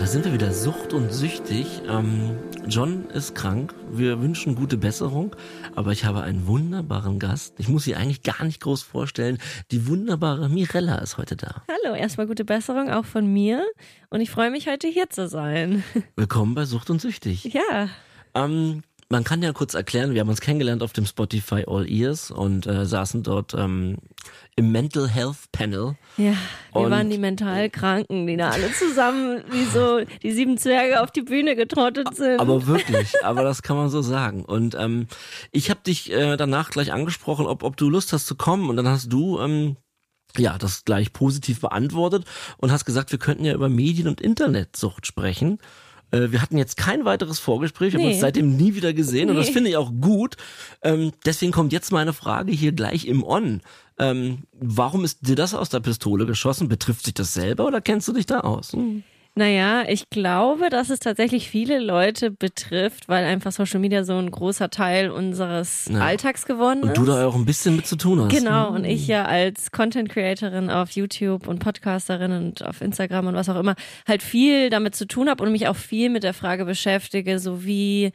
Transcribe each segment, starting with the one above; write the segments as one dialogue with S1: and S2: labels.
S1: sind wir wieder, Sucht und Süchtig. John ist krank, wir wünschen gute Besserung, aber ich habe einen wunderbaren Gast. Ich muss sie eigentlich gar nicht groß vorstellen. Die wunderbare Mirella ist heute da.
S2: Hallo, erstmal gute Besserung auch von mir und ich freue mich, heute hier zu sein.
S1: Willkommen bei Sucht und Süchtig.
S2: Ja.
S1: Man kann ja kurz erklären, wir haben uns kennengelernt auf dem Spotify All Ears und saßen dort im Mental Health Panel.
S2: Ja, wir waren die mental Kranken, die da alle zusammen wie so die 7 Zwerge auf die Bühne getrottet sind.
S1: Aber wirklich, aber das kann man so sagen. Und ich habe dich danach gleich angesprochen, ob du Lust hast zu kommen, und dann hast du das gleich positiv beantwortet und hast gesagt, wir könnten ja über Medien- und Internetsucht sprechen. Wir hatten jetzt kein weiteres Vorgespräch, wir haben uns seitdem nie wieder gesehen und das finde ich auch gut. Deswegen kommt jetzt meine Frage hier gleich im On. Warum ist dir das aus der Pistole geschossen? Betrifft sich das selber oder kennst du dich da aus?
S2: Naja, ich glaube, dass es tatsächlich viele Leute betrifft, weil einfach Social Media so ein großer Teil unseres Alltags geworden ist.
S1: Und du da auch ein bisschen mit zu tun hast.
S2: Genau, und ich ja als Content Creatorin auf YouTube und Podcasterin und auf Instagram und was auch immer halt viel damit zu tun habe und mich auch viel mit der Frage beschäftige, so wie,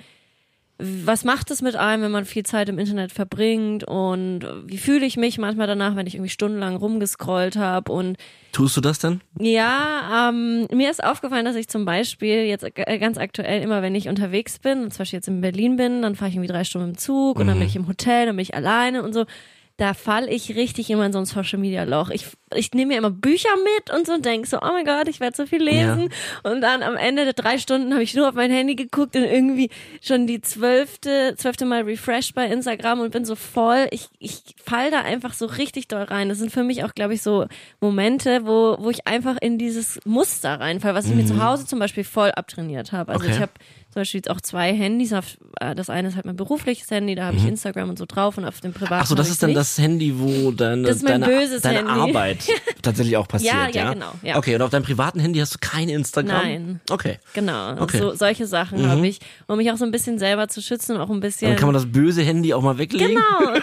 S2: was macht es mit einem, wenn man viel Zeit im Internet verbringt, und wie fühle ich mich manchmal danach, wenn ich irgendwie stundenlang rumgescrollt habe. Und
S1: tust du das denn?
S2: Ja, mir ist aufgefallen, dass ich zum Beispiel jetzt ganz aktuell immer, wenn ich unterwegs bin, zum Beispiel jetzt in Berlin bin, dann fahre ich irgendwie 3 Stunden im Zug und dann bin ich im Hotel, dann bin ich alleine und so. Da falle ich richtig immer in so ein Social-Media-Loch. Ich nehme mir immer Bücher mit und so und denke so, oh mein Gott, ich werde so viel lesen. Ja. Und dann am Ende der 3 Stunden habe ich nur auf mein Handy geguckt und irgendwie schon die 12. Mal refreshed bei Instagram und bin so voll. Ich fall da einfach so richtig doll rein. Das sind für mich auch, glaube ich, so Momente, wo ich einfach in dieses Muster reinfalle, was ich mir zu Hause zum Beispiel voll abtrainiert habe. Also ich habe zum Beispiel jetzt auch 2 Handys. Das eine ist halt mein berufliches Handy, da habe ich Instagram und so drauf, und auf dem privaten.
S1: Ach so, das ist dann das Handy, wo deine
S2: Handy.
S1: Arbeit tatsächlich auch passiert,
S2: ja? Genau. Ja.
S1: Okay, und auf deinem privaten Handy hast du kein Instagram?
S2: Nein.
S1: Okay.
S2: Genau,
S1: okay.
S2: So, solche Sachen habe ich, um mich auch so ein bisschen selber zu schützen und auch ein bisschen...
S1: Dann kann man das böse Handy auch mal weglegen?
S2: Genau,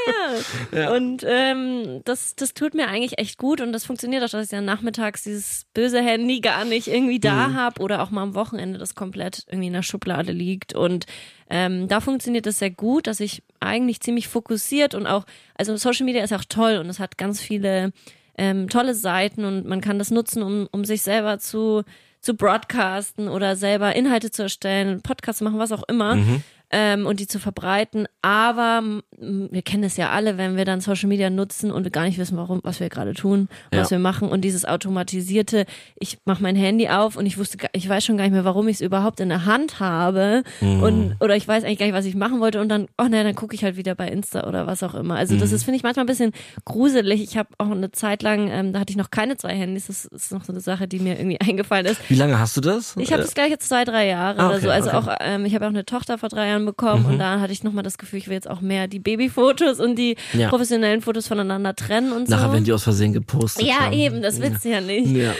S2: ja. Und das tut mir eigentlich echt gut, und das funktioniert auch, dass ich dann nachmittags dieses böse Handy gar nicht irgendwie da habe oder auch mal am Wochenende das komplett irgendwie in der Schublade liegt, und da funktioniert das sehr gut, dass ich eigentlich ziemlich fokussiert und auch, also Social Media ist auch toll und es hat ganz viele tolle Seiten und man kann das nutzen, um sich selber zu broadcasten oder selber Inhalte zu erstellen, Podcasts zu machen, was auch immer. Und die zu verbreiten, aber wir kennen es ja alle, wenn wir dann Social Media nutzen und wir gar nicht wissen, was wir gerade tun, was wir machen, und dieses automatisierte, ich mache mein Handy auf und ich weiß schon gar nicht mehr, warum ich es überhaupt in der Hand habe, oder ich weiß eigentlich gar nicht, was ich machen wollte, und dann, dann gucke ich halt wieder bei Insta oder was auch immer. Also das ist, finde ich, manchmal ein bisschen gruselig. Ich habe auch eine Zeit lang, da hatte ich noch keine 2 Handys, das ist noch so eine Sache, die mir irgendwie eingefallen ist.
S1: Wie lange hast du das?
S2: Ich habe das gleich jetzt 2-3 Jahre oder so. Also auch, ich habe auch eine Tochter vor 3 Jahren bekommen, und da hatte ich nochmal das Gefühl, ich will jetzt auch mehr die Babyfotos und die professionellen Fotos voneinander trennen und so.
S1: Nachher werden die aus Versehen gepostet.
S2: Ja, eben, das willst du ja nicht. Ja.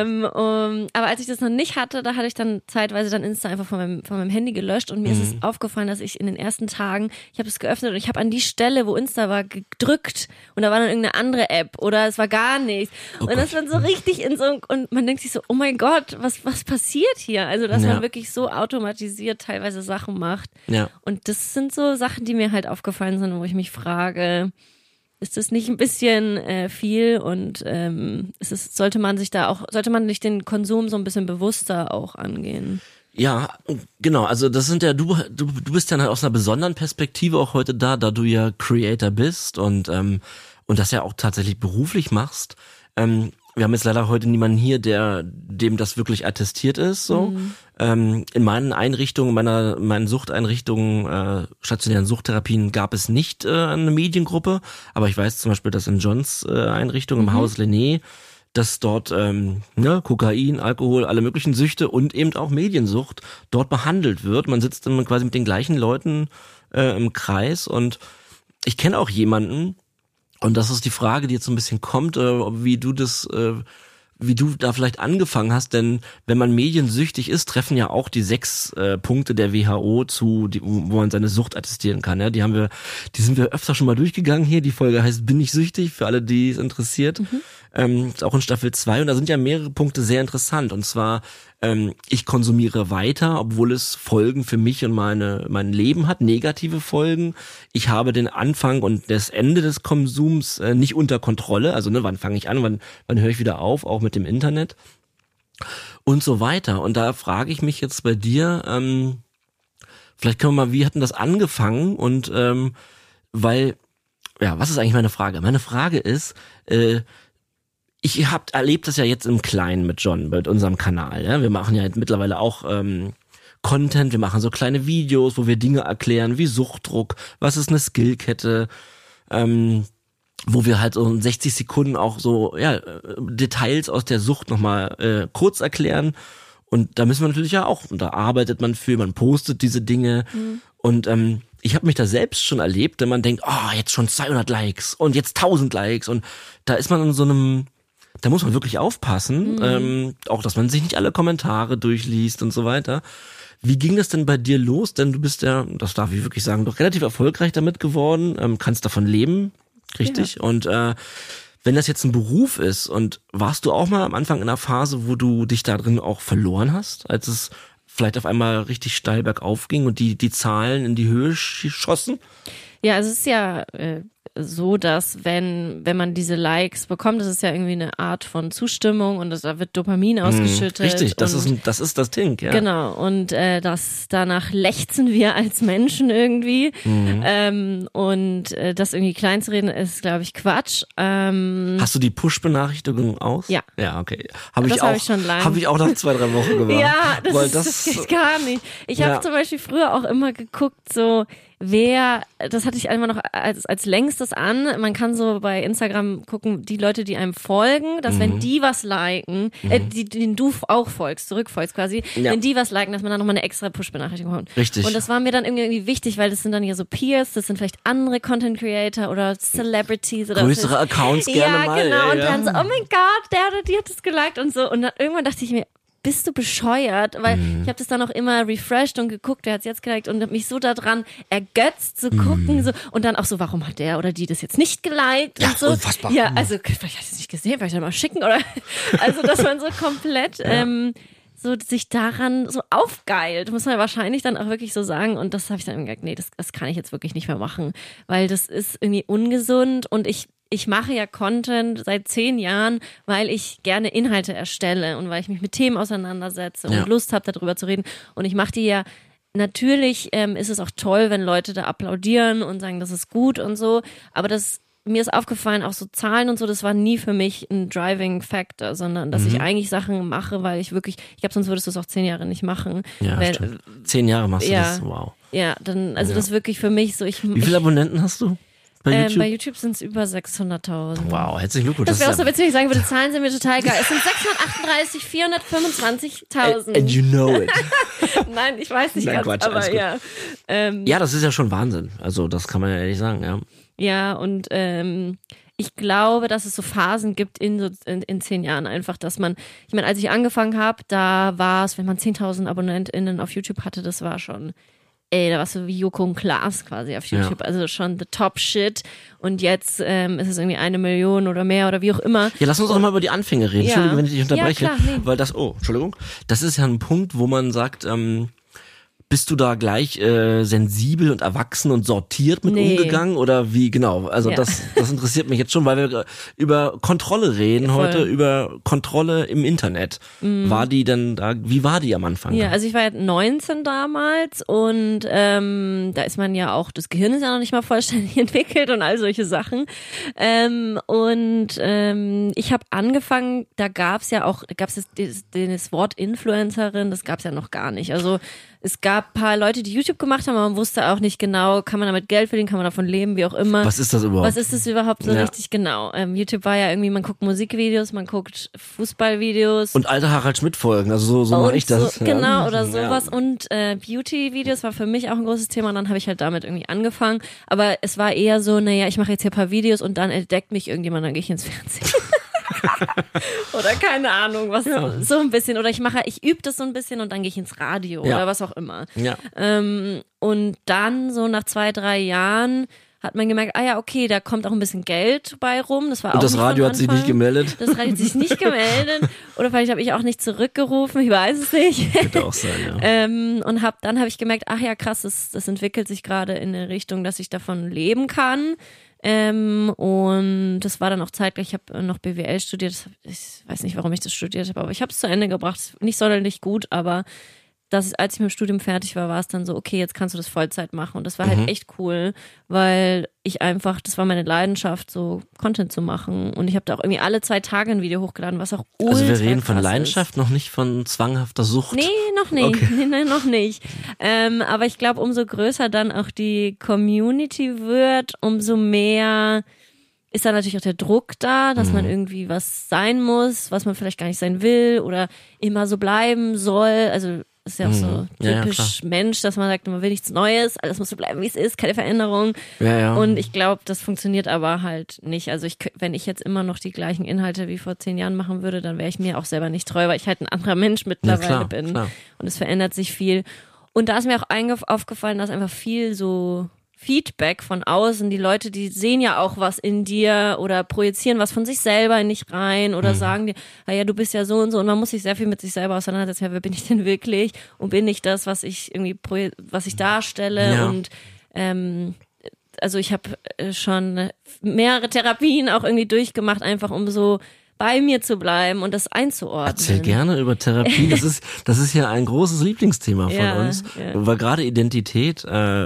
S2: Aber als ich das noch nicht hatte, da hatte ich dann zeitweise dann Insta einfach von meinem Handy gelöscht, und mir ist es aufgefallen, dass ich in den ersten Tagen, ich habe es geöffnet und ich habe an die Stelle, wo Insta war, gedrückt, und da war dann irgendeine andere App oder es war gar nichts. Und das war so richtig und man denkt sich so, oh mein Gott, was passiert hier? Also, dass man wirklich so automatisiert teilweise Sachen macht. Ja. Und das sind so Sachen, die mir halt aufgefallen sind, wo ich mich frage, ist das nicht ein bisschen viel, und sollte man nicht den Konsum so ein bisschen bewusster auch angehen?
S1: Ja, genau, also das sind ja, du bist ja aus einer besonderen Perspektive auch heute da du ja Creator bist und das ja auch tatsächlich beruflich machst. Wir haben jetzt leider heute niemanden hier, dem das wirklich attestiert ist, so. In meinen Einrichtungen, meinen Suchteinrichtungen, stationären Suchttherapien gab es nicht eine Mediengruppe, aber ich weiß zum Beispiel, dass in Johns Einrichtung im Haus Lené, dass dort Kokain, Alkohol, alle möglichen Süchte und eben auch Mediensucht dort behandelt wird. Man sitzt dann quasi mit den gleichen Leuten im Kreis, und ich kenne auch jemanden, und das ist die Frage, die jetzt so ein bisschen kommt, wie du da vielleicht angefangen hast, denn wenn man mediensüchtig ist, treffen ja auch die 6 Punkte der WHO zu, wo man seine Sucht attestieren kann. Ja, die sind wir öfter schon mal durchgegangen hier. Die Folge heißt Bin ich süchtig, für alle, die es interessiert. auch in Staffel 2 und da sind ja mehrere Punkte sehr interessant und zwar ich konsumiere weiter, obwohl es Folgen für mich und mein Leben hat, negative Folgen. Ich habe den Anfang und das Ende des Konsums nicht unter Kontrolle, also wann fange ich an, wann höre ich wieder auf, auch mit dem Internet und so weiter. Und da frage ich mich jetzt bei dir, vielleicht können wir mal, wie hat denn das angefangen und weil, ja, was ist eigentlich meine Frage? Meine Frage ist, ich erlebt das ja jetzt im Kleinen mit John, mit unserem Kanal. Ja? Wir machen ja mittlerweile auch Content, wir machen so kleine Videos, wo wir Dinge erklären, wie Suchtdruck, was ist eine Skillkette, wo wir halt so in 60 Sekunden auch so Details aus der Sucht nochmal kurz erklären. Und da müssen wir natürlich ja auch, und da arbeitet man für, man postet diese Dinge. Und ich habe mich da selbst schon erlebt, wenn man denkt, jetzt schon 200 Likes und jetzt 1000 Likes. Und da ist man in so einem, da muss man wirklich aufpassen, auch dass man sich nicht alle Kommentare durchliest und so weiter. Wie ging das denn bei dir los? Denn du bist ja, das darf ich wirklich sagen, doch relativ erfolgreich damit geworden, kannst davon leben, richtig? Ja. Und wenn das jetzt ein Beruf ist und warst du auch mal am Anfang in einer Phase, wo du dich da drin auch verloren hast, als es vielleicht auf einmal richtig steil bergauf ging und die Zahlen in die Höhe schossen?
S2: Ja, also es ist ja so, dass wenn man diese Likes bekommt, das ist ja irgendwie eine Art von Zustimmung und da wird Dopamin ausgeschüttet.
S1: Richtig, das ist das Ding, ja.
S2: Genau, und danach lechzen wir als Menschen irgendwie und das irgendwie klein zu reden ist, glaube ich, Quatsch.
S1: Hast du die Push-Benachrichtigungen aus?
S2: Ja.
S1: Ja, okay. Habe ich auch nach 2-3 Wochen gemacht.
S2: Ja, das geht gar nicht. Ich habe zum Beispiel früher auch immer geguckt, so das hatte ich einfach noch als längstes an. Man kann so bei Instagram gucken, die Leute, die einem folgen, dass wenn die was liken, denen du auch zurückfolgst quasi, wenn die was liken, dass man dann nochmal eine extra Push-Benachrichtigung bekommt.
S1: Richtig.
S2: Und das war mir dann irgendwie wichtig, weil das sind dann ja so Peers, das sind vielleicht andere Content-Creator oder Celebrities oder
S1: größere Accounts gerne mal.
S2: Ja, genau. Und dann so, oh mein Gott, der oder die hat das geliked und so. Und dann irgendwann dachte ich mir, bist du bescheuert? Weil ich habe das dann auch immer refreshed und geguckt, wer hat's jetzt geliked und hab mich so daran ergötzt zu gucken so und dann auch so, warum hat der oder die das jetzt nicht geliked und so.
S1: Unfassbar.
S2: Ja, also vielleicht hat es nicht gesehen, vielleicht soll ich mal schicken oder also, dass man so komplett so sich daran so aufgeilt, muss man wahrscheinlich dann auch wirklich so sagen und das habe ich dann gesagt, nee, das kann ich jetzt wirklich nicht mehr machen, weil das ist irgendwie ungesund und ich mache ja Content seit 10 Jahren, weil ich gerne Inhalte erstelle und weil ich mich mit Themen auseinandersetze und Lust habe, darüber zu reden. Und ich mache die ja, natürlich ist es auch toll, wenn Leute da applaudieren und sagen, das ist gut und so. Aber mir ist aufgefallen, auch so Zahlen und so, das war nie für mich ein Driving Factor, sondern dass ich eigentlich Sachen mache, weil ich glaube, sonst würdest du es auch 10 Jahre nicht machen.
S1: Ja, 10 Jahre machst du das, wow.
S2: Ja, dann, also das ist wirklich für mich so. Wie
S1: viele Abonnenten hast du?
S2: Bei YouTube sind es über 600.000.
S1: Wow, herzlichen Glückwunsch.
S2: Das wäre auch so witzig, wenn ich sagen würde, Zahlen sind mir total geil. Es sind 638.425.000.
S1: And you know it.
S2: Nein, ich weiß nicht ganz,
S1: Quatsch,
S2: aber ja.
S1: Ja, das ist ja schon Wahnsinn. Also das kann man ja ehrlich sagen, ja.
S2: Ja, und ich glaube, dass es so Phasen gibt in 10 Jahren einfach, dass man, ich meine, als ich angefangen habe, da war es, wenn man 10.000 AbonnentInnen auf YouTube hatte, das war schon... da warst du wie Joko und Klaas quasi auf YouTube, also schon the top shit und jetzt ist es irgendwie 1 Million oder mehr oder wie auch immer.
S1: Ja, lass uns doch mal über die Anfänge reden. Entschuldigung, wenn ich dich unterbreche,
S2: ja, klar, nee.
S1: Weil das ist ja ein Punkt, wo man sagt, bist du da gleich sensibel und erwachsen und sortiert mit umgegangen oder wie genau? Also das interessiert mich jetzt schon, weil wir über Kontrolle reden heute, über Kontrolle im Internet. War die denn da, wie war die am Anfang?
S2: Ja, also ich war ja 19 damals und da ist man ja auch, das Gehirn ist ja noch nicht mal vollständig entwickelt und all solche Sachen. Ich habe angefangen, da gab's das Wort Influencerin, das gab's ja noch gar nicht. Also es gab ein paar Leute, die YouTube gemacht haben, aber man wusste auch nicht genau, kann man damit Geld verdienen, kann man davon leben, wie auch immer.
S1: Was ist das überhaupt?
S2: Was ist das überhaupt so richtig genau? YouTube war ja irgendwie, man guckt Musikvideos, man guckt Fußballvideos.
S1: Und alte Harald Schmidt Folgen, also so mache ich das.
S2: So, genau, oder sowas. Und Beauty-Videos war für mich auch ein großes Thema und dann habe ich halt damit irgendwie angefangen. Aber es war eher so, naja, ich mache jetzt hier ein paar Videos und dann entdeckt mich irgendjemand, dann gehe ich ins Fernsehen. Oder keine Ahnung, was so ein bisschen. Oder ich übe das so ein bisschen und dann gehe ich ins Radio oder was auch immer.
S1: Ja.
S2: Und dann so nach 2-3 Jahren hat man gemerkt, okay, da kommt auch ein bisschen Geld bei rum. Das war
S1: und
S2: auch
S1: das Radio hat sich nicht gemeldet?
S2: Das Radio hat sich nicht gemeldet. Oder vielleicht habe ich auch nicht zurückgerufen, ich weiß es nicht.
S1: Könnte auch sein, ja.
S2: Und dann habe ich gemerkt, krass, das entwickelt sich gerade in eine Richtung, dass ich davon leben kann. Und das war dann auch zeitgleich, ich habe noch BWL studiert, ich weiß nicht, warum ich das studiert habe, aber ich habe es zu Ende gebracht, nicht sonderlich gut, aber als ich mit dem Studium fertig war es dann so, okay, jetzt kannst du das Vollzeit machen und das war halt echt cool, weil ich einfach, das war meine Leidenschaft, so Content zu machen und ich habe da auch irgendwie alle 2 Tage ein Video hochgeladen, was auch ultra
S1: Also wir reden von
S2: krass
S1: Leidenschaft,
S2: ist.
S1: noch nicht von zwanghafter Sucht?
S2: Nee, noch nicht.
S1: Okay.
S2: Nee, noch nicht. Aber ich glaube, umso größer dann auch die Community wird, umso mehr ist da natürlich auch der Druck da, dass man irgendwie was sein muss, was man vielleicht gar nicht sein will oder immer so bleiben soll. Also das ist ja auch so typisch Mensch, dass man sagt, man will nichts Neues, alles muss so bleiben, wie es ist, keine Veränderung.
S1: Ja.
S2: Und ich glaube, das funktioniert aber halt nicht. Also wenn ich jetzt immer noch die gleichen Inhalte wie vor 10 Jahren machen würde, dann wäre ich mir auch selber nicht treu, weil ich halt ein anderer Mensch mittlerweile bin. Klar. Und es verändert sich viel. Und da ist mir auch aufgefallen, dass einfach viel so Feedback von außen, die Leute, die sehen ja auch was in dir oder projizieren was von sich selber in dich rein oder sagen dir, du bist ja so und so und man muss sich sehr viel mit sich selber auseinandersetzen, wer bin ich denn wirklich und bin ich das, was ich irgendwie, was ich darstelle und also ich habe schon mehrere Therapien auch irgendwie durchgemacht, einfach um so bei mir zu bleiben und das einzuordnen.
S1: Erzähl gerne über Therapie. Das ist ja ein großes Lieblingsthema von uns, weil gerade Identität,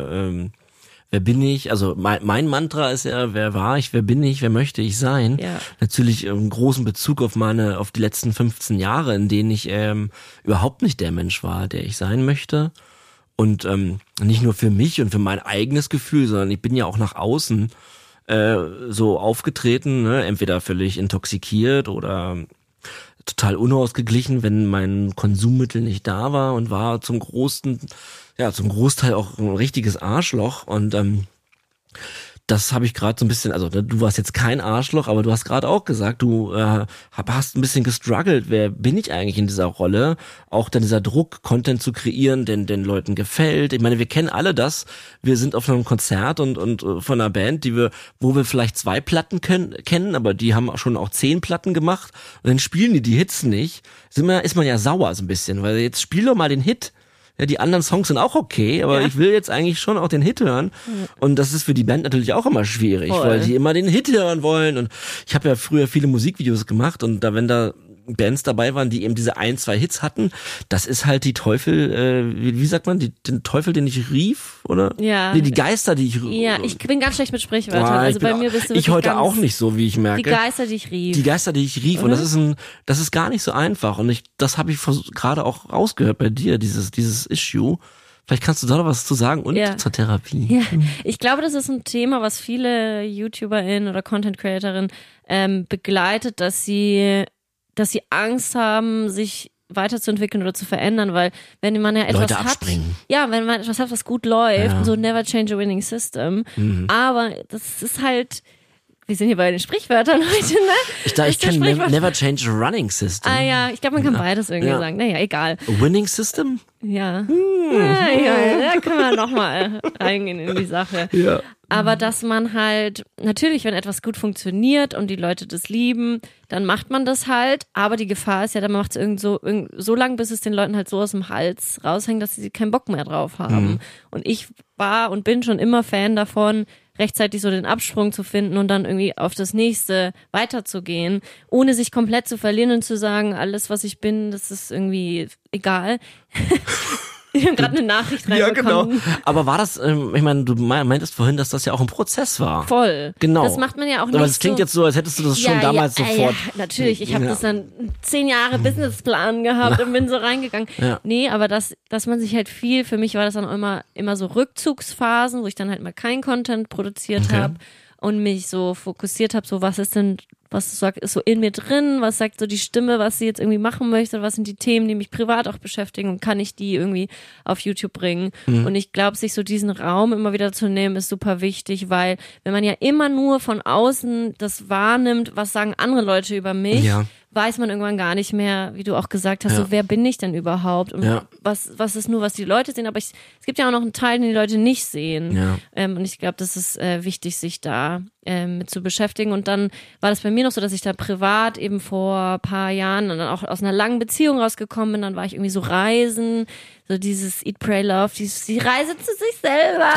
S1: wer bin ich? Also mein Mantra ist ja, wer war ich, wer bin ich, wer möchte ich sein? Ja. Natürlich im großen Bezug auf die letzten 15 Jahre, in denen ich überhaupt nicht der Mensch war, der ich sein möchte. Und nicht nur für mich und für mein eigenes Gefühl, sondern ich bin ja auch nach außen so aufgetreten, ne? Entweder völlig intoxikiert oder total unausgeglichen, wenn mein Konsummittel nicht da war und war zum Großteil auch ein richtiges Arschloch und das habe ich gerade so ein bisschen, also du warst jetzt kein Arschloch, aber du hast gerade auch gesagt, du hast ein bisschen gestruggelt, wer bin ich eigentlich in dieser Rolle? Auch dann dieser Druck, Content zu kreieren, den Leuten gefällt. Ich meine, wir kennen alle das, wir sind auf einem Konzert und von einer Band, wo wir vielleicht 2 Platten kennen, aber die haben schon auch 10 Platten gemacht und dann spielen die Hits nicht. Ist man ja sauer so ein bisschen, weil jetzt spiel doch mal den Hit. Ja, die anderen Songs sind auch okay, aber ich will jetzt eigentlich schon auch den Hit hören. Und das ist für die Band natürlich auch immer schwierig, weil die immer den Hit hören wollen. Und ich habe ja früher viele Musikvideos gemacht und wenn da Bands dabei waren, die eben diese 1, 2 Hits hatten, das ist halt die Teufel, wie sagt man, den Teufel, den ich rief, oder?
S2: Ja.
S1: Nee, die Geister, die ich...
S2: Ja, ich bin ganz schlecht mit Sprichwörtern. Also bei mir bist du
S1: ich heute auch nicht so, wie ich merke.
S2: Die Geister, die ich rief.
S1: Die Geister, die ich rief. Und das ist gar nicht so einfach. Und das habe ich gerade auch rausgehört bei dir, dieses Issue. Vielleicht kannst du da noch was zu sagen und zur Therapie.
S2: Ja, ich glaube, das ist ein Thema, was viele YouTuberInnen oder Content-CreatorInnen begleitet, dass sie Angst haben, sich weiterzuentwickeln oder zu verändern, weil wenn man ja etwas
S1: Leute abspringen.
S2: wenn man etwas hat, was gut läuft, so never change a winning system, aber das ist halt, wir sind hier bei den Sprichwörtern heute, ne?
S1: Ich kenne never change a running system.
S2: Ich glaube, man kann beides irgendwie sagen. Naja, egal.
S1: A winning system?
S2: Ja. Da können wir nochmal reingehen in die Sache.
S1: Ja.
S2: Aber dass man halt, natürlich, wenn etwas gut funktioniert und die Leute das lieben, dann macht man das halt. Aber die Gefahr ist ja, dann macht es so lang, bis es den Leuten halt so aus dem Hals raushängt, dass sie keinen Bock mehr drauf haben. Und ich war und bin schon immer Fan davon, rechtzeitig so den Absprung zu finden und dann irgendwie auf das nächste weiterzugehen, ohne sich komplett zu verlieren und zu sagen, alles, was ich bin, das ist irgendwie egal. Wir haben gerade eine Nachricht reinbekommen.
S1: Ja, genau. Aber war das, ich meine, du meintest vorhin, dass das ja auch ein Prozess war.
S2: Voll.
S1: Genau.
S2: Das macht man ja auch nicht.
S1: Aber es klingt jetzt so, als hättest du das schon damals sofort. Ja,
S2: natürlich. Ich habe das dann 10 Jahre Businessplan gehabt und bin so reingegangen. Ja. Nee, aber dass man sich halt für mich war das dann immer so Rückzugsphasen, wo ich dann halt mal keinen Content produziert habe und mich so fokussiert habe, so was ist so in mir drin, was sagt so die Stimme, was sie jetzt irgendwie machen möchte, was sind die Themen, die mich privat auch beschäftigen und kann ich die irgendwie auf YouTube bringen. Und ich glaube, sich so diesen Raum immer wieder zu nehmen, ist super wichtig, weil wenn man ja immer nur von außen das wahrnimmt, was sagen andere Leute über mich, weiß man irgendwann gar nicht mehr, wie du auch gesagt hast, so wer bin ich denn überhaupt und was ist nur, was die Leute sehen, aber es gibt ja auch noch einen Teil, den die Leute nicht sehen. Und ich glaube, das ist wichtig, sich da mit zu beschäftigen. Und dann war das bei mir noch so, dass ich da privat eben vor ein paar Jahren dann auch aus einer langen Beziehung rausgekommen bin. Dann war ich irgendwie so reisen, so dieses Eat, Pray, Love, die Reise zu sich selber.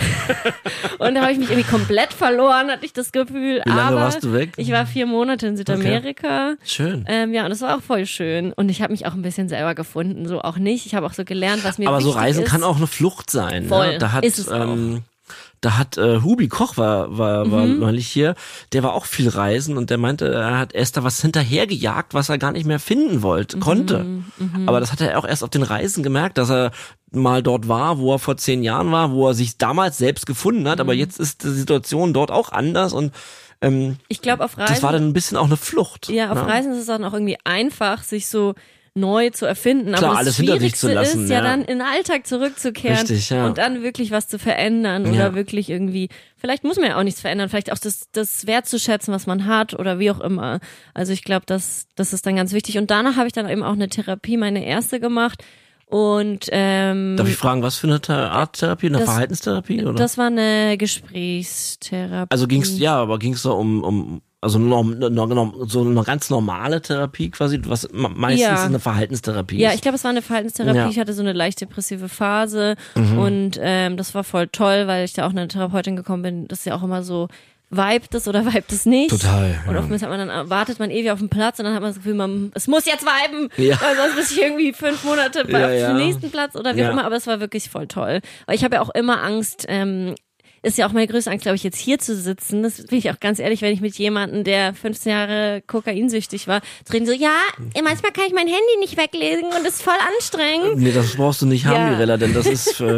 S2: Und da habe ich mich irgendwie komplett verloren, hatte ich das Gefühl.
S1: Wie lange
S2: aber
S1: warst du weg?
S2: Ich war 4 Monate in Südamerika.
S1: Okay. Schön.
S2: Ja, und das war auch voll schön. Und ich habe mich auch ein bisschen selber gefunden, so auch nicht. Ich habe auch so gelernt, was mir wichtig ist.
S1: Aber so Reisen kann auch eine Flucht sein.
S2: Voll,
S1: ne? Da hat,
S2: ist es auch.
S1: Da hat Hubi Koch war neulich hier, der war auch viel reisen und der meinte, er ist da was hinterhergejagt, was er gar nicht mehr finden konnte. Aber das hat er auch erst auf den Reisen gemerkt, dass er mal dort war, wo er vor 10 Jahren war, wo er sich damals selbst gefunden hat, aber jetzt ist die Situation dort auch anders und
S2: ich glaube, auf Reisen.
S1: Das war dann ein bisschen auch eine Flucht.
S2: Ja, auf Reisen ist es dann auch irgendwie einfach, sich so neu zu erfinden.
S1: Klar,
S2: aber
S1: alles
S2: das
S1: hinter sich zu
S2: Schwierigste
S1: lassen,
S2: ist ja dann in den Alltag zurückzukehren.
S1: Richtig, ja.
S2: Und dann wirklich was zu verändern oder wirklich irgendwie, vielleicht muss man ja auch nichts verändern, vielleicht auch das wertzuschätzen, was man hat oder wie auch immer. Also ich glaube, das ist dann ganz wichtig. Und danach habe ich dann eben auch eine Therapie, meine erste gemacht. Und
S1: darf ich fragen, was für eine Art Therapie? Eine Verhaltenstherapie? Oder?
S2: Das war eine Gesprächstherapie.
S1: Also ging's da um so eine ganz normale Therapie quasi, was meistens eine Verhaltenstherapie ist.
S2: Ja, ich glaube, es war eine Verhaltenstherapie.
S1: Ja.
S2: Ich hatte so eine leicht depressive Phase und das war voll toll, weil ich da auch eine Therapeutin gekommen bin, das ist ja auch immer so, vibet es oder vibet es nicht.
S1: Total.
S2: Und oftmals wartet man ewig auf den Platz und dann hat man das Gefühl, es muss jetzt viben, weil sonst muss ich irgendwie 5 Monate auf den nächsten Platz oder wie auch immer, aber es war wirklich voll toll. Weil ich habe ja auch immer Angst, ist ja auch meine größte Angst, glaube ich, jetzt hier zu sitzen. Das bin ich auch ganz ehrlich, wenn ich mit jemandem, der 15 Jahre kokainsüchtig war, zu reden, so, ja, manchmal kann ich mein Handy nicht weglegen und das ist voll anstrengend.
S1: Nee, das brauchst du nicht haben, Mirella, denn das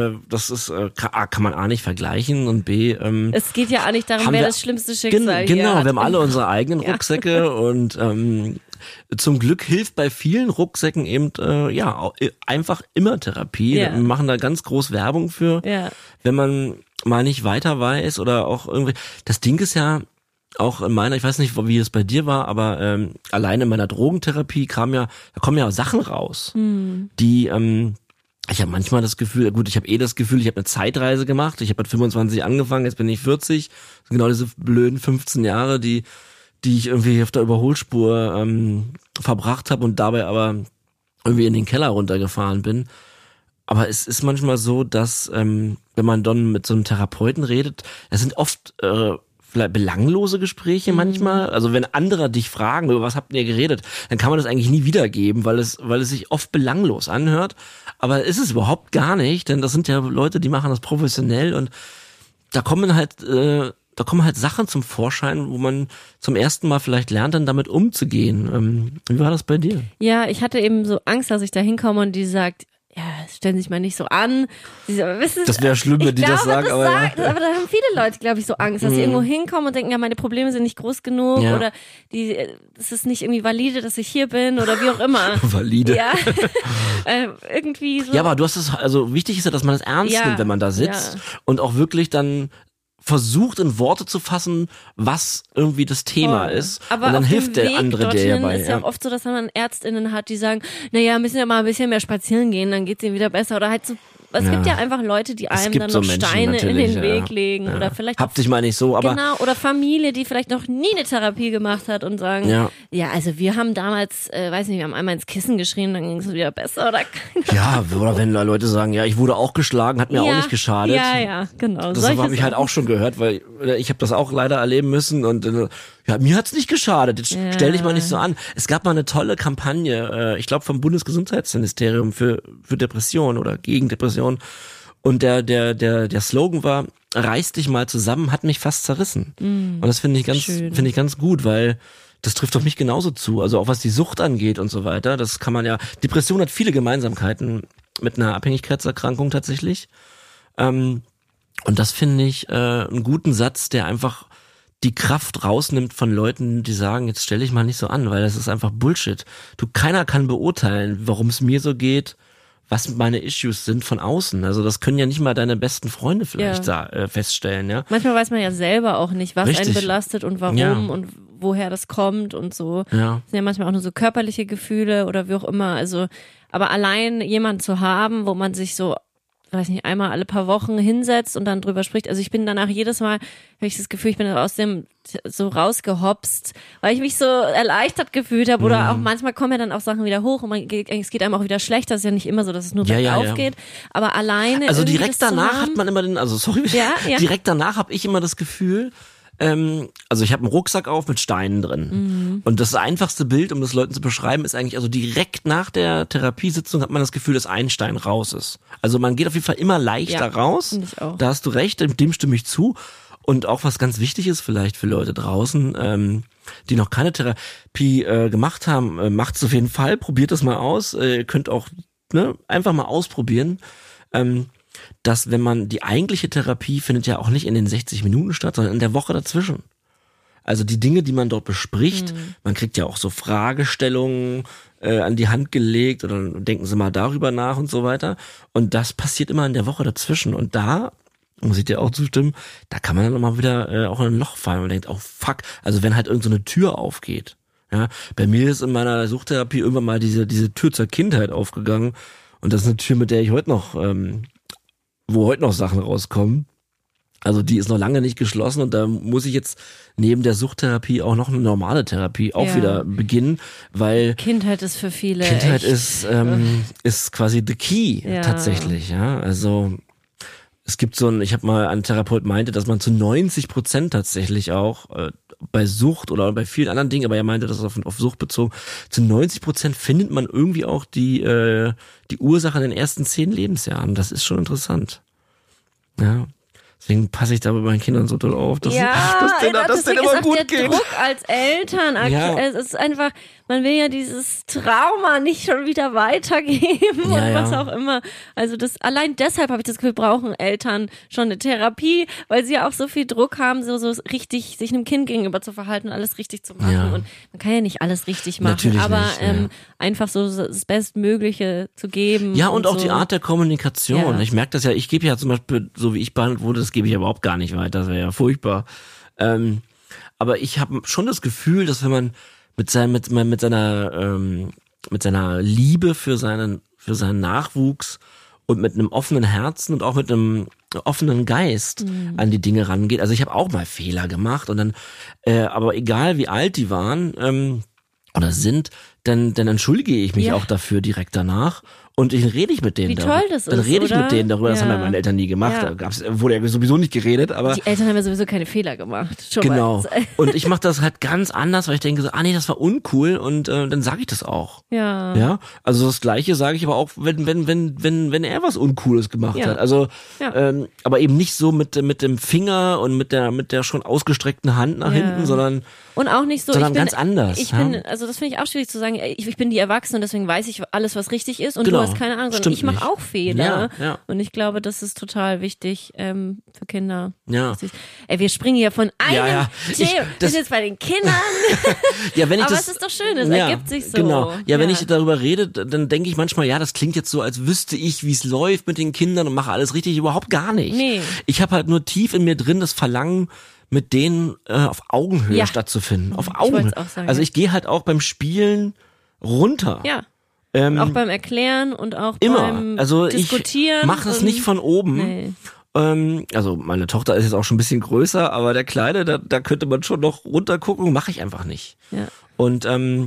S1: kann man A nicht vergleichen und B,
S2: es geht ja auch nicht darum, wer das schlimmste Schicksal
S1: Genau,
S2: hier hat.
S1: wir haben alle unsere eigenen Rucksäcke und zum Glück hilft bei vielen Rucksäcken eben einfach immer Therapie. Wir machen da ganz groß Werbung für, wenn man mal nicht weiter weiß oder auch irgendwie. Das Ding ist ja auch in meiner, ich weiß nicht, wie es bei dir war, aber alleine in meiner Drogentherapie da kommen ja Sachen raus, die ich habe manchmal das Gefühl, ich habe eine Zeitreise gemacht. Ich habe mit 25 angefangen, jetzt bin ich 40. Genau diese blöden 15 Jahre, die ich irgendwie auf der Überholspur verbracht habe und dabei aber irgendwie in den Keller runtergefahren bin. Aber es ist manchmal so, dass wenn man dann mit so einem Therapeuten redet, das sind oft vielleicht belanglose Gespräche manchmal. Also wenn andere dich fragen, über was habt ihr geredet, dann kann man das eigentlich nie wiedergeben, weil es sich oft belanglos anhört. Aber ist es überhaupt gar nicht, denn das sind ja Leute, die machen das professionell und da kommen halt Sachen zum Vorschein, wo man zum ersten Mal vielleicht lernt, dann damit umzugehen. Wie war das bei dir?
S2: Ja, ich hatte eben so Angst, dass ich da hinkomme und die sagt, ja, stellen Sie sich mal nicht so an.
S1: Das wäre schlimm, wenn die das sagen. Aber
S2: da haben viele Leute, glaube ich, so Angst, dass sie irgendwo hinkommen und denken, ja, meine Probleme sind nicht groß genug oder das ist nicht irgendwie valide, dass ich hier bin oder wie auch immer.
S1: Valide.
S2: Ja, irgendwie so.
S1: Ja, aber du hast es, also wichtig ist ja, dass man es ernst nimmt, wenn man da sitzt und auch wirklich dann versucht in Worte zu fassen, was irgendwie das Thema ist.
S2: Aber
S1: und dann
S2: auf
S1: hilft
S2: dem
S1: der
S2: Weg
S1: andere dir dabei.
S2: Ist ja auch oft so, dass man ÄrztInnen hat, die sagen, naja, müssen ja mal ein bisschen mehr spazieren gehen, dann geht's ihnen wieder besser. Oder halt so, es gibt ja einfach Leute, die einem dann noch Steine in den Weg legen. Oder vielleicht
S1: Hab dich mal nicht so, aber.
S2: Genau, oder Familie, die vielleicht noch nie eine Therapie gemacht hat und sagen, ja, also wir haben damals, weiß nicht, wir haben einmal ins Kissen geschrien, dann ging es wieder besser oder
S1: ja, oder wenn Leute sagen, ja, ich wurde auch geschlagen, hat mir auch nicht geschadet.
S2: Ja, genau.
S1: Das habe ich halt auch schon gehört, weil ich habe das auch leider erleben müssen und ja, mir hat's nicht geschadet. Jetzt stell dich mal nicht so an. Es gab mal eine tolle Kampagne, ich glaube vom Bundesgesundheitsministerium für Depression oder gegen Depression. Und der Slogan war, reiß dich mal zusammen, hat mich fast zerrissen. Und das finde ich ganz gut, weil das trifft auf mich genauso zu. Also auch was die Sucht angeht und so weiter. Das kann man ja, Depression hat viele Gemeinsamkeiten mit einer Abhängigkeitserkrankung tatsächlich. Und das finde ich einen guten Satz, der einfach die Kraft rausnimmt von Leuten, die sagen, jetzt stell dich mal nicht so an, weil das ist einfach Bullshit. Keiner kann beurteilen, warum es mir so geht, was meine Issues sind von außen. Also das können ja nicht mal deine besten Freunde vielleicht feststellen. Ja.
S2: Manchmal weiß man ja selber auch nicht, was einen belastet und warum und woher das kommt und so.
S1: Ja.
S2: Das sind ja manchmal auch nur so körperliche Gefühle oder wie auch immer. Also, aber allein jemanden zu haben, wo man sich so, weiß nicht, einmal alle paar Wochen hinsetzt und dann drüber spricht. Also ich bin danach jedes Mal, habe ich das Gefühl, ich bin aus dem so rausgehopst, weil ich mich so erleichtert gefühlt habe oder auch manchmal kommen ja dann auch Sachen wieder hoch und es geht einem auch wieder schlechter. Es ist ja nicht immer so, dass es nur bergauf geht, aber alleine
S1: also direkt danach hat man immer direkt danach habe ich immer das Gefühl, also ich habe einen Rucksack auf mit Steinen drin. Und das einfachste Bild, um das Leuten zu beschreiben, ist eigentlich, also direkt nach der Therapiesitzung hat man das Gefühl, dass ein Stein raus ist. Also man geht auf jeden Fall immer leichter raus.
S2: Finde ich auch.
S1: Da hast du recht, dem stimme ich zu. Und auch was ganz wichtig ist vielleicht für Leute draußen, die noch keine Therapie gemacht haben, macht es auf jeden Fall, probiert das mal aus. Ihr könnt auch einfach mal ausprobieren. Dass wenn man die eigentliche Therapie findet ja auch nicht in den 60 Minuten statt, sondern in der Woche dazwischen. Also die Dinge, die man dort bespricht, man kriegt ja auch so Fragestellungen an die Hand gelegt oder denken Sie mal darüber nach und so weiter. Und das passiert immer in der Woche dazwischen. Und da, muss ich dir auch zustimmen, da kann man dann nochmal wieder auch in ein Loch fallen und denkt, oh fuck, also wenn halt irgend so eine Tür aufgeht. Ja, bei mir ist in meiner Suchttherapie irgendwann mal diese Tür zur Kindheit aufgegangen. Und das ist eine Tür, mit der ich heute noch wo heute noch Sachen rauskommen. Also die ist noch lange nicht geschlossen und da muss ich jetzt neben der Suchttherapie auch noch eine normale Therapie auch wieder beginnen, weil
S2: Kindheit ist für viele
S1: ist quasi the key tatsächlich, ja. Also es gibt ich habe mal einen Therapeut meinte, dass man zu 90% tatsächlich auch bei Sucht oder bei vielen anderen Dingen, aber er meinte, das ist auf Sucht bezogen, zu 90% findet man irgendwie auch die Ursache in den ersten 10 Lebensjahren. Das ist schon interessant. Ja. Deswegen passe ich da bei meinen Kindern so doll auf, dass denen immer gut geht.
S2: Der Druck als Eltern, es ist einfach, man will ja dieses Trauma nicht schon wieder weitergeben und was auch immer. Also allein deshalb habe ich das Gefühl, brauchen Eltern schon eine Therapie, weil sie ja auch so viel Druck haben, so richtig sich einem Kind gegenüber zu verhalten und alles richtig zu machen. Ja. Und man kann ja nicht alles richtig machen,
S1: natürlich
S2: aber
S1: nicht,
S2: einfach so das Bestmögliche zu geben.
S1: Ja, und auch
S2: so.
S1: Die Art der Kommunikation. Ja. Ich merke das ja, ich gebe ja zum Beispiel, so wie ich behandelt wurde, das gebe ich überhaupt gar nicht weiter, das wäre ja furchtbar. Aber ich habe schon das Gefühl, dass wenn man mit seiner Liebe für seinen Nachwuchs und mit einem offenen Herzen und auch mit einem offenen Geist an die Dinge rangeht. Also ich habe auch mal Fehler gemacht und dann, aber egal wie alt die waren oder sind, dann entschuldige ich mich auch dafür direkt danach. Und ich rede mit denen darüber.
S2: Wie toll das ist,
S1: Dann rede ich
S2: oder?
S1: mit denen darüber, das haben ja meine Eltern nie gemacht.
S2: Ja.
S1: Da wurde ja sowieso nicht geredet, aber.
S2: Die Eltern haben ja sowieso keine Fehler gemacht. Schon
S1: genau.
S2: mal.
S1: Und ich mache das halt ganz anders, weil ich denke so, nee, das war uncool und dann sage ich das auch.
S2: Ja.
S1: Ja. Also das Gleiche sage ich aber auch, wenn er was Uncooles gemacht hat. Also, aber eben nicht so mit dem Finger und mit der schon ausgestreckten Hand nach hinten, sondern
S2: und auch nicht so,
S1: sondern ganz anders.
S2: Also das finde ich auch schwierig zu sagen, ich bin die Erwachsene und deswegen weiß ich alles, was richtig ist und
S1: genau.
S2: du hast keine Ahnung, sondern ich mache auch Fehler.
S1: Ja.
S2: Und ich glaube, das ist total wichtig für Kinder.
S1: Ja.
S2: Wir springen hier von einem Thema, wir sind jetzt bei den Kindern.
S1: Ja, wenn ich
S2: aber
S1: das,
S2: es ist doch schön, es ergibt sich so.
S1: Genau. Ja, wenn ich darüber rede, dann denke ich manchmal, das klingt jetzt so, als wüsste ich, wie es läuft mit den Kindern und mache alles richtig, überhaupt gar nicht.
S2: Nee.
S1: Ich habe halt nur tief in mir drin das Verlangen, mit denen auf Augenhöhe stattzufinden. Auf Augenhöhe.
S2: Auch sagen,
S1: also ich gehe halt auch beim Spielen runter.
S2: Ja. Auch beim Erklären und auch beim Diskutieren.
S1: Ich mache das nicht von oben.
S2: Nee.
S1: Also meine Tochter ist jetzt auch schon ein bisschen größer, aber der Kleine, da könnte man schon noch runtergucken, mache ich einfach nicht.
S2: Ja.
S1: Und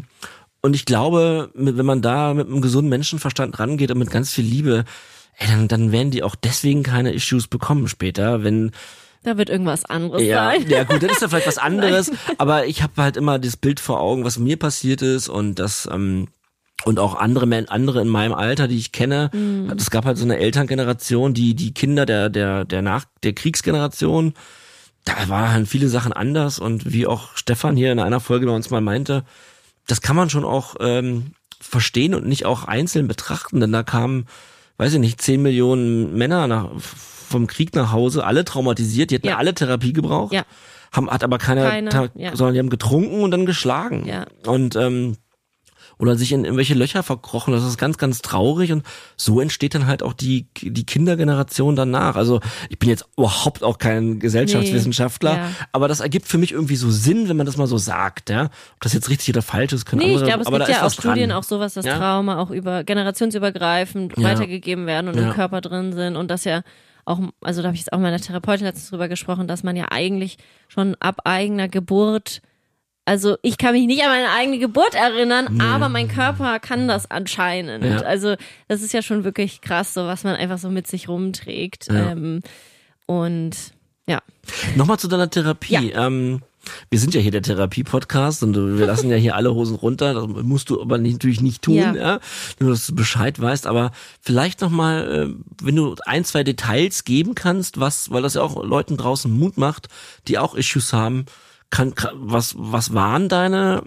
S1: ich glaube, wenn man da mit einem gesunden Menschenverstand rangeht und mit ganz viel Liebe, dann werden die auch deswegen keine Issues bekommen später, wenn
S2: da wird irgendwas anderes sein.
S1: Ja gut, das ist ja vielleicht was anderes, aber ich habe halt immer das Bild vor Augen, was mir passiert ist und das und auch andere in meinem Alter, die ich kenne. Es gab halt so eine Elterngeneration, die Kinder der Kriegsgeneration, da waren halt viele Sachen anders und wie auch Stefan hier in einer Folge bei uns mal meinte, das kann man schon auch verstehen und nicht auch einzeln betrachten, denn da kamen, weiß ich nicht, 10 Millionen Männer vom Krieg nach Hause, alle traumatisiert, die hatten alle Therapie gebraucht, hat aber keiner sondern die haben getrunken und dann geschlagen.
S2: Ja.
S1: Und oder sich in irgendwelche Löcher verkrochen. Das ist ganz, ganz traurig und so entsteht dann halt auch die Kindergeneration danach. Also ich bin jetzt überhaupt auch kein Gesellschaftswissenschaftler, aber das ergibt für mich irgendwie so Sinn, wenn man das mal so sagt. Ja? Ob das jetzt richtig oder falsch ist, können andere.
S2: Ich glaube, es
S1: aber
S2: gibt
S1: da
S2: ja
S1: ist
S2: auch
S1: was
S2: Studien,
S1: dran.
S2: auch sowas, dass Trauma auch generationsübergreifend weitergegeben werden und im Körper drin sind und das ja auch, also da habe ich jetzt auch mit meiner Therapeutin letztens drüber gesprochen, dass man ja eigentlich schon ab eigener Geburt, also ich kann mich nicht an meine eigene Geburt erinnern, aber mein Körper kann das anscheinend. Ja. Also das ist ja schon wirklich krass, so was man einfach so mit sich rumträgt. Ja. Und ja.
S1: Nochmal zu deiner Therapie. Ja. Wir sind ja hier der Therapie-Podcast und wir lassen ja hier alle Hosen runter. Das musst du aber natürlich nicht tun, ja. Nur, dass du Bescheid weißt. Aber vielleicht nochmal, wenn du 1, 2 Details geben kannst, weil das ja auch Leuten draußen Mut macht, die auch Issues haben. Was waren deine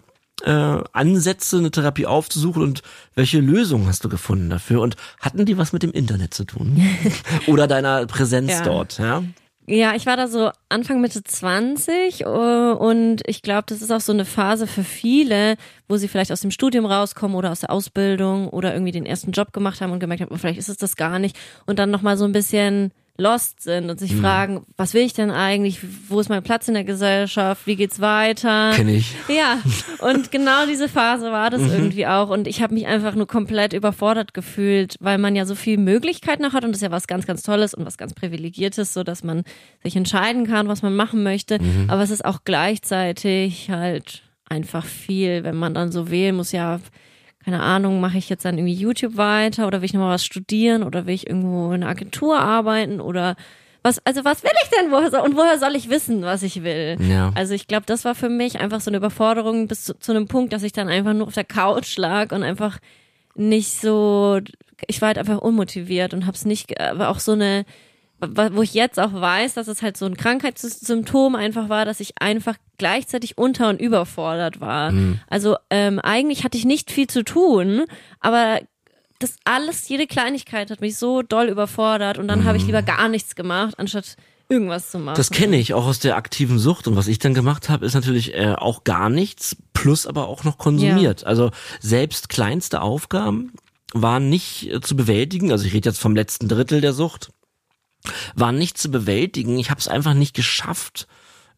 S1: Ansätze, eine Therapie aufzusuchen und welche Lösungen hast du gefunden dafür? Und hatten die was mit dem Internet zu tun? Oder deiner Präsenz dort, ja?
S2: Ja, ich war da so Anfang Mitte 20 und ich glaube, das ist auch so eine Phase für viele, wo sie vielleicht aus dem Studium rauskommen oder aus der Ausbildung oder irgendwie den ersten Job gemacht haben und gemerkt haben, vielleicht ist es das gar nicht und dann nochmal so ein bisschen lost sind und sich fragen, was will ich denn eigentlich, wo ist mein Platz in der Gesellschaft, wie geht's weiter?
S1: Kenn ich.
S2: Ja, und genau diese Phase war das irgendwie auch und ich habe mich einfach nur komplett überfordert gefühlt, weil man ja so viele Möglichkeiten noch hat und das ist ja was ganz, ganz Tolles und was ganz Privilegiertes, so dass man sich entscheiden kann, was man machen möchte, aber es ist auch gleichzeitig halt einfach viel, wenn man dann so wählen muss, ja, keine Ahnung, mache ich jetzt dann irgendwie YouTube weiter oder will ich nochmal was studieren oder will ich irgendwo in einer Agentur arbeiten oder was will ich denn woher soll ich wissen, was ich will?
S1: Ja.
S2: Also ich glaube, das war für mich einfach so eine Überforderung bis zu einem Punkt, dass ich dann einfach nur auf der Couch lag und einfach nicht so, ich war halt einfach unmotiviert und hab's nicht, aber auch so eine, wo ich jetzt auch weiß, dass es halt so ein Krankheitssymptom einfach war, dass ich einfach gleichzeitig unter- und überfordert war. Also eigentlich hatte ich nicht viel zu tun, aber das alles, jede Kleinigkeit hat mich so doll überfordert und dann habe ich lieber gar nichts gemacht, anstatt irgendwas zu machen.
S1: Das kenne ich auch aus der aktiven Sucht und was ich dann gemacht habe, ist natürlich auch gar nichts, plus aber auch noch konsumiert. Ja. Also selbst kleinste Aufgaben waren nicht zu bewältigen, also ich rede jetzt vom letzten Drittel der Sucht, war nicht zu bewältigen. Ich habe es einfach nicht geschafft,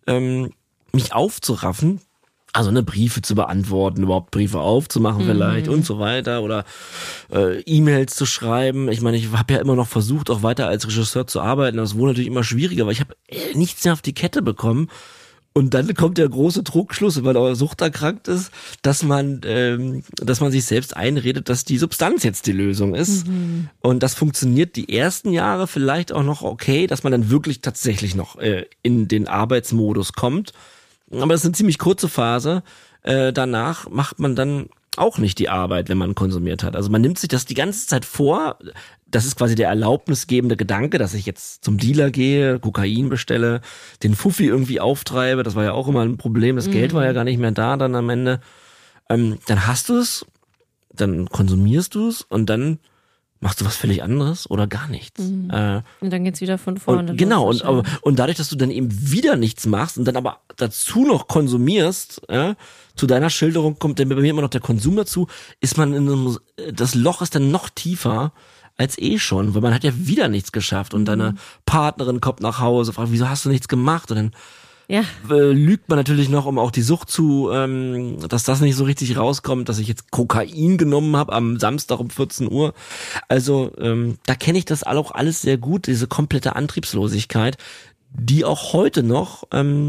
S1: mich aufzuraffen, also Briefe zu beantworten, überhaupt Briefe aufzumachen vielleicht und so weiter oder E-Mails zu schreiben. Ich meine, ich habe ja immer noch versucht, auch weiter als Regisseur zu arbeiten. Das wurde natürlich immer schwieriger, weil ich habe nichts mehr auf die Kette bekommen. Und dann kommt der große Trugschluss, weil er suchterkrankt ist, dass man sich selbst einredet, dass die Substanz jetzt die Lösung ist. Und das funktioniert die ersten Jahre vielleicht auch noch okay, dass man dann wirklich tatsächlich noch in den Arbeitsmodus kommt. Aber das ist eine ziemlich kurze Phase. Danach macht man dann auch nicht die Arbeit, wenn man konsumiert hat. Also man nimmt sich das die ganze Zeit vor. Das ist quasi der erlaubnisgebende Gedanke, dass ich jetzt zum Dealer gehe, Kokain bestelle, den Fuffi irgendwie auftreibe. Das war ja auch immer ein Problem. Das Geld war ja gar nicht mehr da dann am Ende. Dann hast du es, dann konsumierst du es und dann machst du was völlig anderes oder gar nichts.
S2: Und dann geht's wieder von vorne.
S1: Genau, und dadurch, dass du dann eben wieder nichts machst und dann aber dazu noch konsumierst, zu deiner Schilderung kommt dann bei mir immer noch der Konsum dazu, ist man das Loch ist dann noch tiefer als schon, weil man hat ja wieder nichts geschafft und deine Partnerin kommt nach Hause, fragt, wieso hast du nichts gemacht? Und dann lügt man natürlich noch, um auch die Sucht dass das nicht so richtig rauskommt, dass ich jetzt Kokain genommen habe am Samstag um 14 Uhr. Also da kenne ich das auch alles sehr gut, diese komplette Antriebslosigkeit, die auch heute noch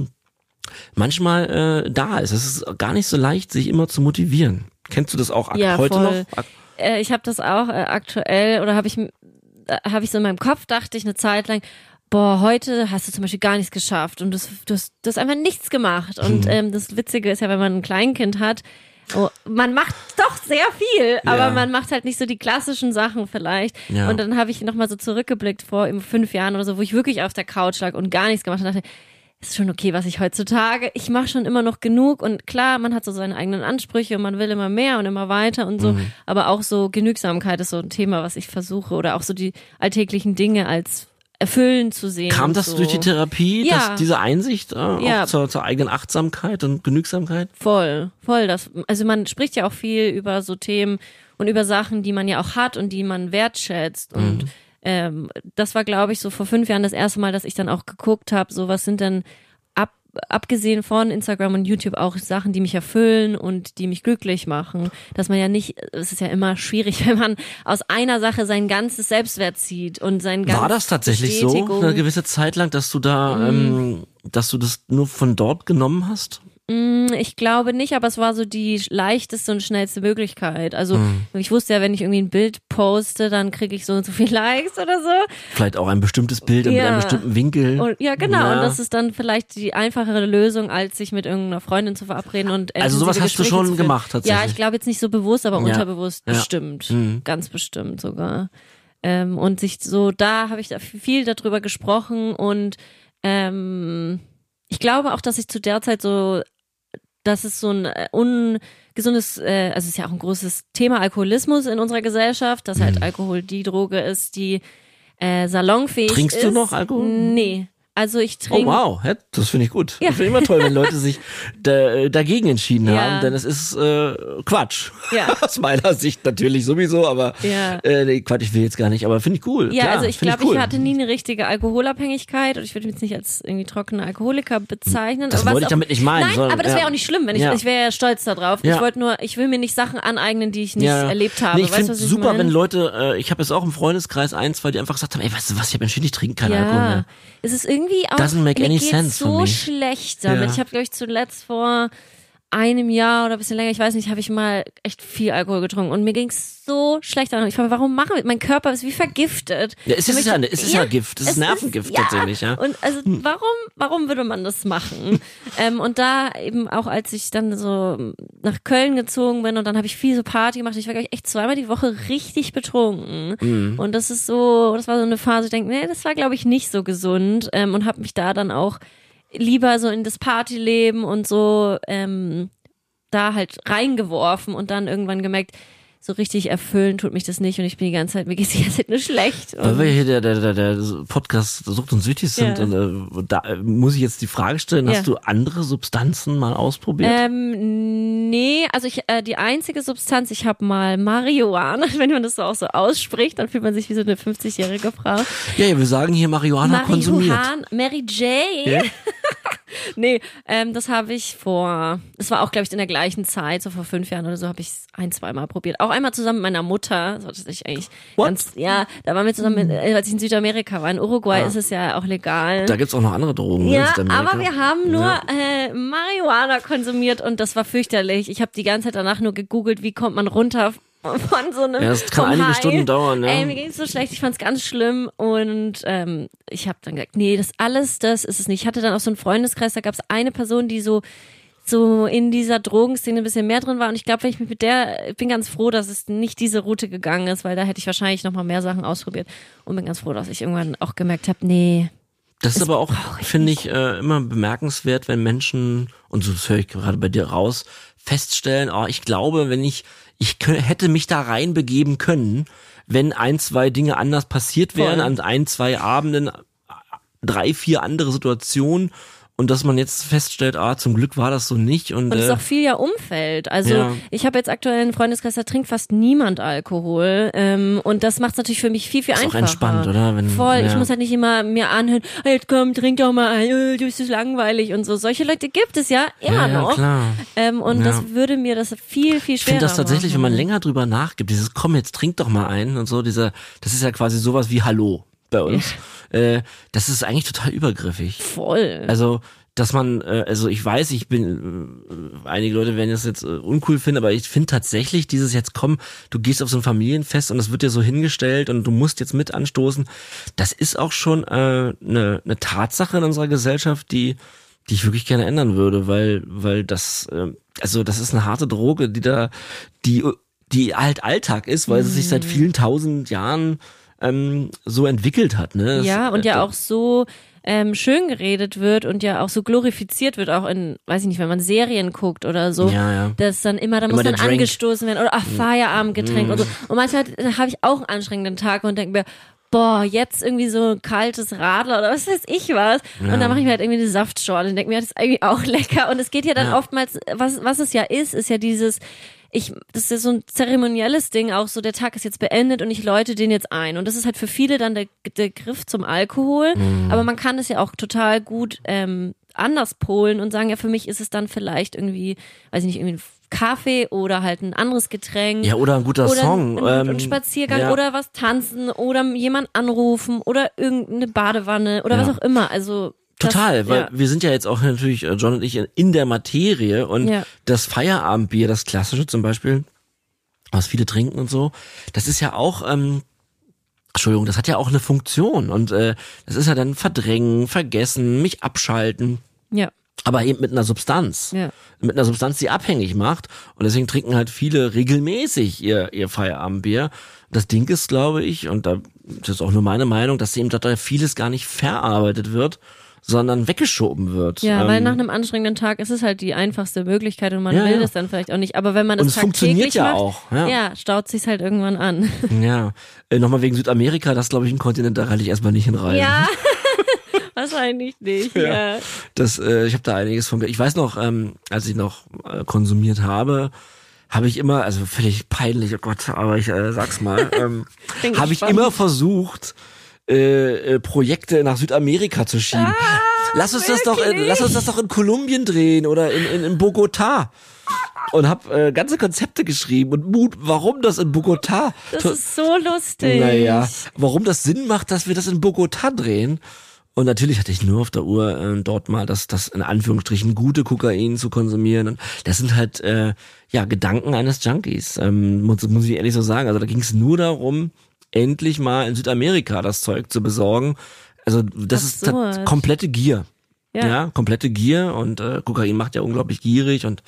S1: manchmal da ist. Es ist gar nicht so leicht, sich immer zu motivieren. Kennst du das auch heute
S2: voll.
S1: noch?
S2: Ich habe das auch aktuell oder habe ich so in meinem Kopf, dachte ich eine Zeit lang, boah, heute hast du zum Beispiel gar nichts geschafft und du hast einfach nichts gemacht. Und das Witzige ist ja, wenn man ein Kleinkind hat, man macht doch sehr viel, aber man macht halt nicht so die klassischen Sachen vielleicht. Ja. Und dann habe ich nochmal so zurückgeblickt vor 5 Jahren oder so, wo ich wirklich auf der Couch lag und gar nichts gemacht habe und dachte, ist schon okay, was ich heutzutage, ich mache schon immer noch genug und klar, man hat so seine eigenen Ansprüche und man will immer mehr und immer weiter und so, aber auch so Genügsamkeit ist so ein Thema, was ich versuche oder auch so die alltäglichen Dinge als erfüllend zu sehen.
S1: Kam das
S2: so.
S1: durch die Therapie,
S2: Ja.
S1: diese Einsicht
S2: Ja.
S1: auch zur eigenen Achtsamkeit und Genügsamkeit?
S2: Voll. Also man spricht ja auch viel über so Themen und über Sachen, die man ja auch hat und die man wertschätzt. Und das war, glaube ich, so vor 5 Jahren das erste Mal, dass ich dann auch geguckt habe, so was sind denn abgesehen von Instagram und YouTube auch Sachen, die mich erfüllen und die mich glücklich machen. Dass man ja nicht, es ist ja immer schwierig, wenn man aus einer Sache sein ganzes Selbstwert zieht und sein ganzes
S1: War das tatsächlich so, eine gewisse Zeit lang, dass du da, dass du das nur von dort genommen hast?
S2: Ich glaube nicht, aber es war so die leichteste und schnellste Möglichkeit. Also ich wusste ja, wenn ich irgendwie ein Bild poste, dann kriege ich so und so viel Likes oder so.
S1: Vielleicht auch ein bestimmtes Bild mit einem bestimmten Winkel.
S2: Und, ja, genau. Ja. Und das ist dann vielleicht die einfachere Lösung, als sich mit irgendeiner Freundin zu verabreden und
S1: also sowas hast du schon gemacht tatsächlich?
S2: Ja, ich glaube jetzt nicht so bewusst, aber unterbewusst bestimmt. Ganz bestimmt sogar. Und sich so, da habe ich da viel darüber gesprochen und ich glaube auch, dass ich zu der Zeit so, dass es so ein ungesundes, also es ist ja auch ein großes Thema Alkoholismus in unserer Gesellschaft, dass halt Alkohol die Droge ist, die salonfähig ist.
S1: Trinkst du noch Alkohol?
S2: Nee. Also ich trinke.
S1: Oh wow, das finde ich gut. Ja. Ich finde immer toll, wenn Leute sich dagegen entschieden haben, denn es ist Quatsch. Ja. Aus meiner Sicht natürlich sowieso, aber nee, Quatsch, ich will jetzt gar nicht, aber finde ich cool.
S2: Ja,
S1: klar,
S2: also ich glaube, ich hatte nie eine richtige Alkoholabhängigkeit und ich würde mich jetzt nicht als irgendwie trockener Alkoholiker bezeichnen.
S1: Das wollte ich damit nicht meinen.
S2: Nein, aber das wäre auch nicht schlimm, wenn ich wäre ja stolz darauf. Ja. Ich will mir nicht Sachen aneignen, die ich nicht erlebt habe.
S1: Nee, ich finde es super, wenn Leute, ich habe jetzt auch im Freundeskreis 1, 2, die einfach gesagt haben, ey, weißt du was, ich habe entschieden, ich trinke keinen Alkohol mehr.
S2: Es ist irgendwie auch,
S1: Doesn't make any sense
S2: so schlecht damit. Ja. Ich habe, glaube ich, zuletzt vor einem Jahr oder ein bisschen länger, ich weiß nicht, habe ich mal echt viel Alkohol getrunken und mir ging's so schlecht an. Ich frage, warum machen wir? Mein Körper ist wie vergiftet.
S1: Ja, es ist ja Gift, es ist Nervengift tatsächlich, ja.
S2: Und also warum würde man das machen? Und da eben auch, als ich dann so nach Köln gezogen bin und dann habe ich viel so Party gemacht, ich war, glaube ich, echt 2-mal die Woche richtig betrunken. Und das war so eine Phase, ich denke, nee, das war, glaube ich, nicht so gesund und habe mich da dann auch lieber so in das Partyleben und so da halt reingeworfen und dann irgendwann gemerkt, so richtig erfüllen tut mich das nicht und mir geht's die ganze Zeit nur schlecht.
S1: Weil wir hier der Podcast Sucht und Süchtig sind und da muss ich jetzt die Frage stellen, hast du andere Substanzen mal ausprobiert?
S2: Nee, also die einzige Substanz, ich habe mal Marihuana, wenn man das so auch so ausspricht, dann fühlt man sich wie so eine 50-jährige Frau.
S1: Ja, wir sagen hier Marihuana konsumiert.
S2: Mary J. Yeah. Nee, das habe ich es war auch, glaube ich, in der gleichen Zeit, so vor 5 Jahren oder so, habe ich es 1-2 Mal probiert. Auch einmal zusammen mit meiner Mutter. Das hatte ich eigentlich da waren wir zusammen, als ich in Südamerika war. In Uruguay ist es ja auch legal.
S1: Da gibt's auch noch andere Drogen.
S2: Ja, aber wir haben nur Marihuana konsumiert und das war fürchterlich. Ich habe die ganze Zeit danach nur gegoogelt, wie kommt man runter von so einem.
S1: Ja, das kann einige Stunden dauern,
S2: Ey, mir ging's so schlecht, ich fand's ganz schlimm und ich habe dann gesagt, nee, das ist es nicht. Ich hatte dann auch so einen Freundeskreis, da gab's eine Person, die so in dieser Drogenszene ein bisschen mehr drin war und ich glaube, ich bin ganz froh, dass es nicht diese Route gegangen ist, weil da hätte ich wahrscheinlich noch mal mehr Sachen ausprobiert und bin ganz froh, dass ich irgendwann auch gemerkt habe, nee.
S1: Das ist aber auch, finde ich, immer bemerkenswert, wenn Menschen, und so höre ich gerade bei dir raus, feststellen, ich glaube, ich hätte mich da reinbegeben können, wenn 1, 2 Dinge anders passiert wären, an 1, 2 Abenden, 3, 4 andere Situationen. Und dass man jetzt feststellt, zum Glück war das so nicht. Und
S2: es ist auch viel Umfeld. Also ich habe jetzt aktuell einen Freundeskreis, da trinkt fast niemand Alkohol. Und das macht es natürlich für mich viel, viel einfacher. Ist auch entspannt, oder? Voll, ich muss halt nicht immer mir anhören, jetzt komm, trink doch mal ein, du bist so langweilig und so. Solche Leute gibt es ja immer noch. Klar. Und das würde mir das viel, viel schwerer
S1: Ich finde das tatsächlich, wenn man länger drüber nachgibt, dieses komm, jetzt trink doch mal ein und so, das ist ja quasi sowas wie Hallo bei uns. Das ist eigentlich total übergriffig.
S2: Voll.
S1: Also, dass man, ich weiß, einige Leute werden das jetzt uncool finden, aber ich finde tatsächlich dieses jetzt komm, du gehst auf so ein Familienfest und das wird dir so hingestellt und du musst jetzt mit anstoßen, das ist auch schon eine Tatsache in unserer Gesellschaft, die ich wirklich gerne ändern würde, weil das, das ist eine harte Droge, die halt Alltag ist, weil es sich seit vielen 1000 Jahren so entwickelt hat, ne?
S2: Ja, und ja auch so schön geredet wird und ja auch so glorifiziert wird, auch in, weiß ich nicht, wenn man Serien guckt oder so, dass dann da muss dann angestoßen werden oder Feierabendgetränk und so. Und manchmal habe ich auch einen anstrengenden Tag und denke mir, boah, jetzt irgendwie so ein kaltes Radler oder was weiß ich was.
S1: Ja.
S2: Und dann mache ich mir halt irgendwie eine Saftschorle und denke mir, das ist eigentlich auch lecker. Und es geht ja dann oftmals, was es ja ist ja dieses, das ist so ein zeremonielles Ding auch so, der Tag ist jetzt beendet und ich läute den jetzt ein. Und das ist halt für viele dann der Griff zum Alkohol. Aber man kann es ja auch total gut anders polen und sagen, ja, für mich ist es dann vielleicht irgendwie, weiß ich nicht, irgendwie ein Kaffee oder halt ein anderes Getränk.
S1: Ja, oder ein guter Song.
S2: Ein Spaziergang oder was tanzen oder jemand anrufen oder irgendeine Badewanne oder was auch immer. Also
S1: total, weil wir sind ja jetzt auch natürlich, John und ich, in der Materie und das Feierabendbier, das klassische zum Beispiel, was viele trinken und so, das ist ja auch, Entschuldigung, das hat ja auch eine Funktion und das ist ja dann verdrängen, vergessen, mich abschalten.
S2: Ja.
S1: Aber eben mit einer Substanz. Ja. Mit einer Substanz, die abhängig macht. Und deswegen trinken halt viele regelmäßig ihr Feierabendbier. Das Ding ist, glaube ich, und das ist auch nur meine Meinung, dass eben dort vieles gar nicht verarbeitet wird, sondern weggeschoben wird.
S2: Ja, weil nach einem anstrengenden Tag ist es halt die einfachste Möglichkeit und man will das dann vielleicht auch nicht. Aber wenn man das tagtäglich macht,
S1: auch.
S2: Staut sich's halt irgendwann an.
S1: Ja, nochmal wegen Südamerika, das glaube ich ein Kontinent, da halte ich erstmal nicht hinrein.
S2: Ja. Wahrscheinlich nicht, ja.
S1: Ich habe da einiges von. Ich weiß noch, als ich noch konsumiert habe ich immer, also völlig peinlich, oh Gott, aber ich sag's mal, habe ich immer versucht, Projekte nach Südamerika zu schieben. Lass uns das doch in Kolumbien drehen oder in Bogotá. Und habe ganze Konzepte geschrieben und warum das in Bogotá.
S2: Das ist so lustig.
S1: Naja, warum das Sinn macht, dass wir das in Bogotá drehen. Und natürlich hatte ich nur auf der Uhr dort mal das in Anführungsstrichen gute Kokain zu konsumieren. Und das sind halt Gedanken eines Junkies, muss ich ehrlich so sagen. Also da ging es nur darum, endlich mal in Südamerika das Zeug zu besorgen. Also das ist komplette Gier. Ja, komplette Gier und Kokain macht ja unglaublich gierig und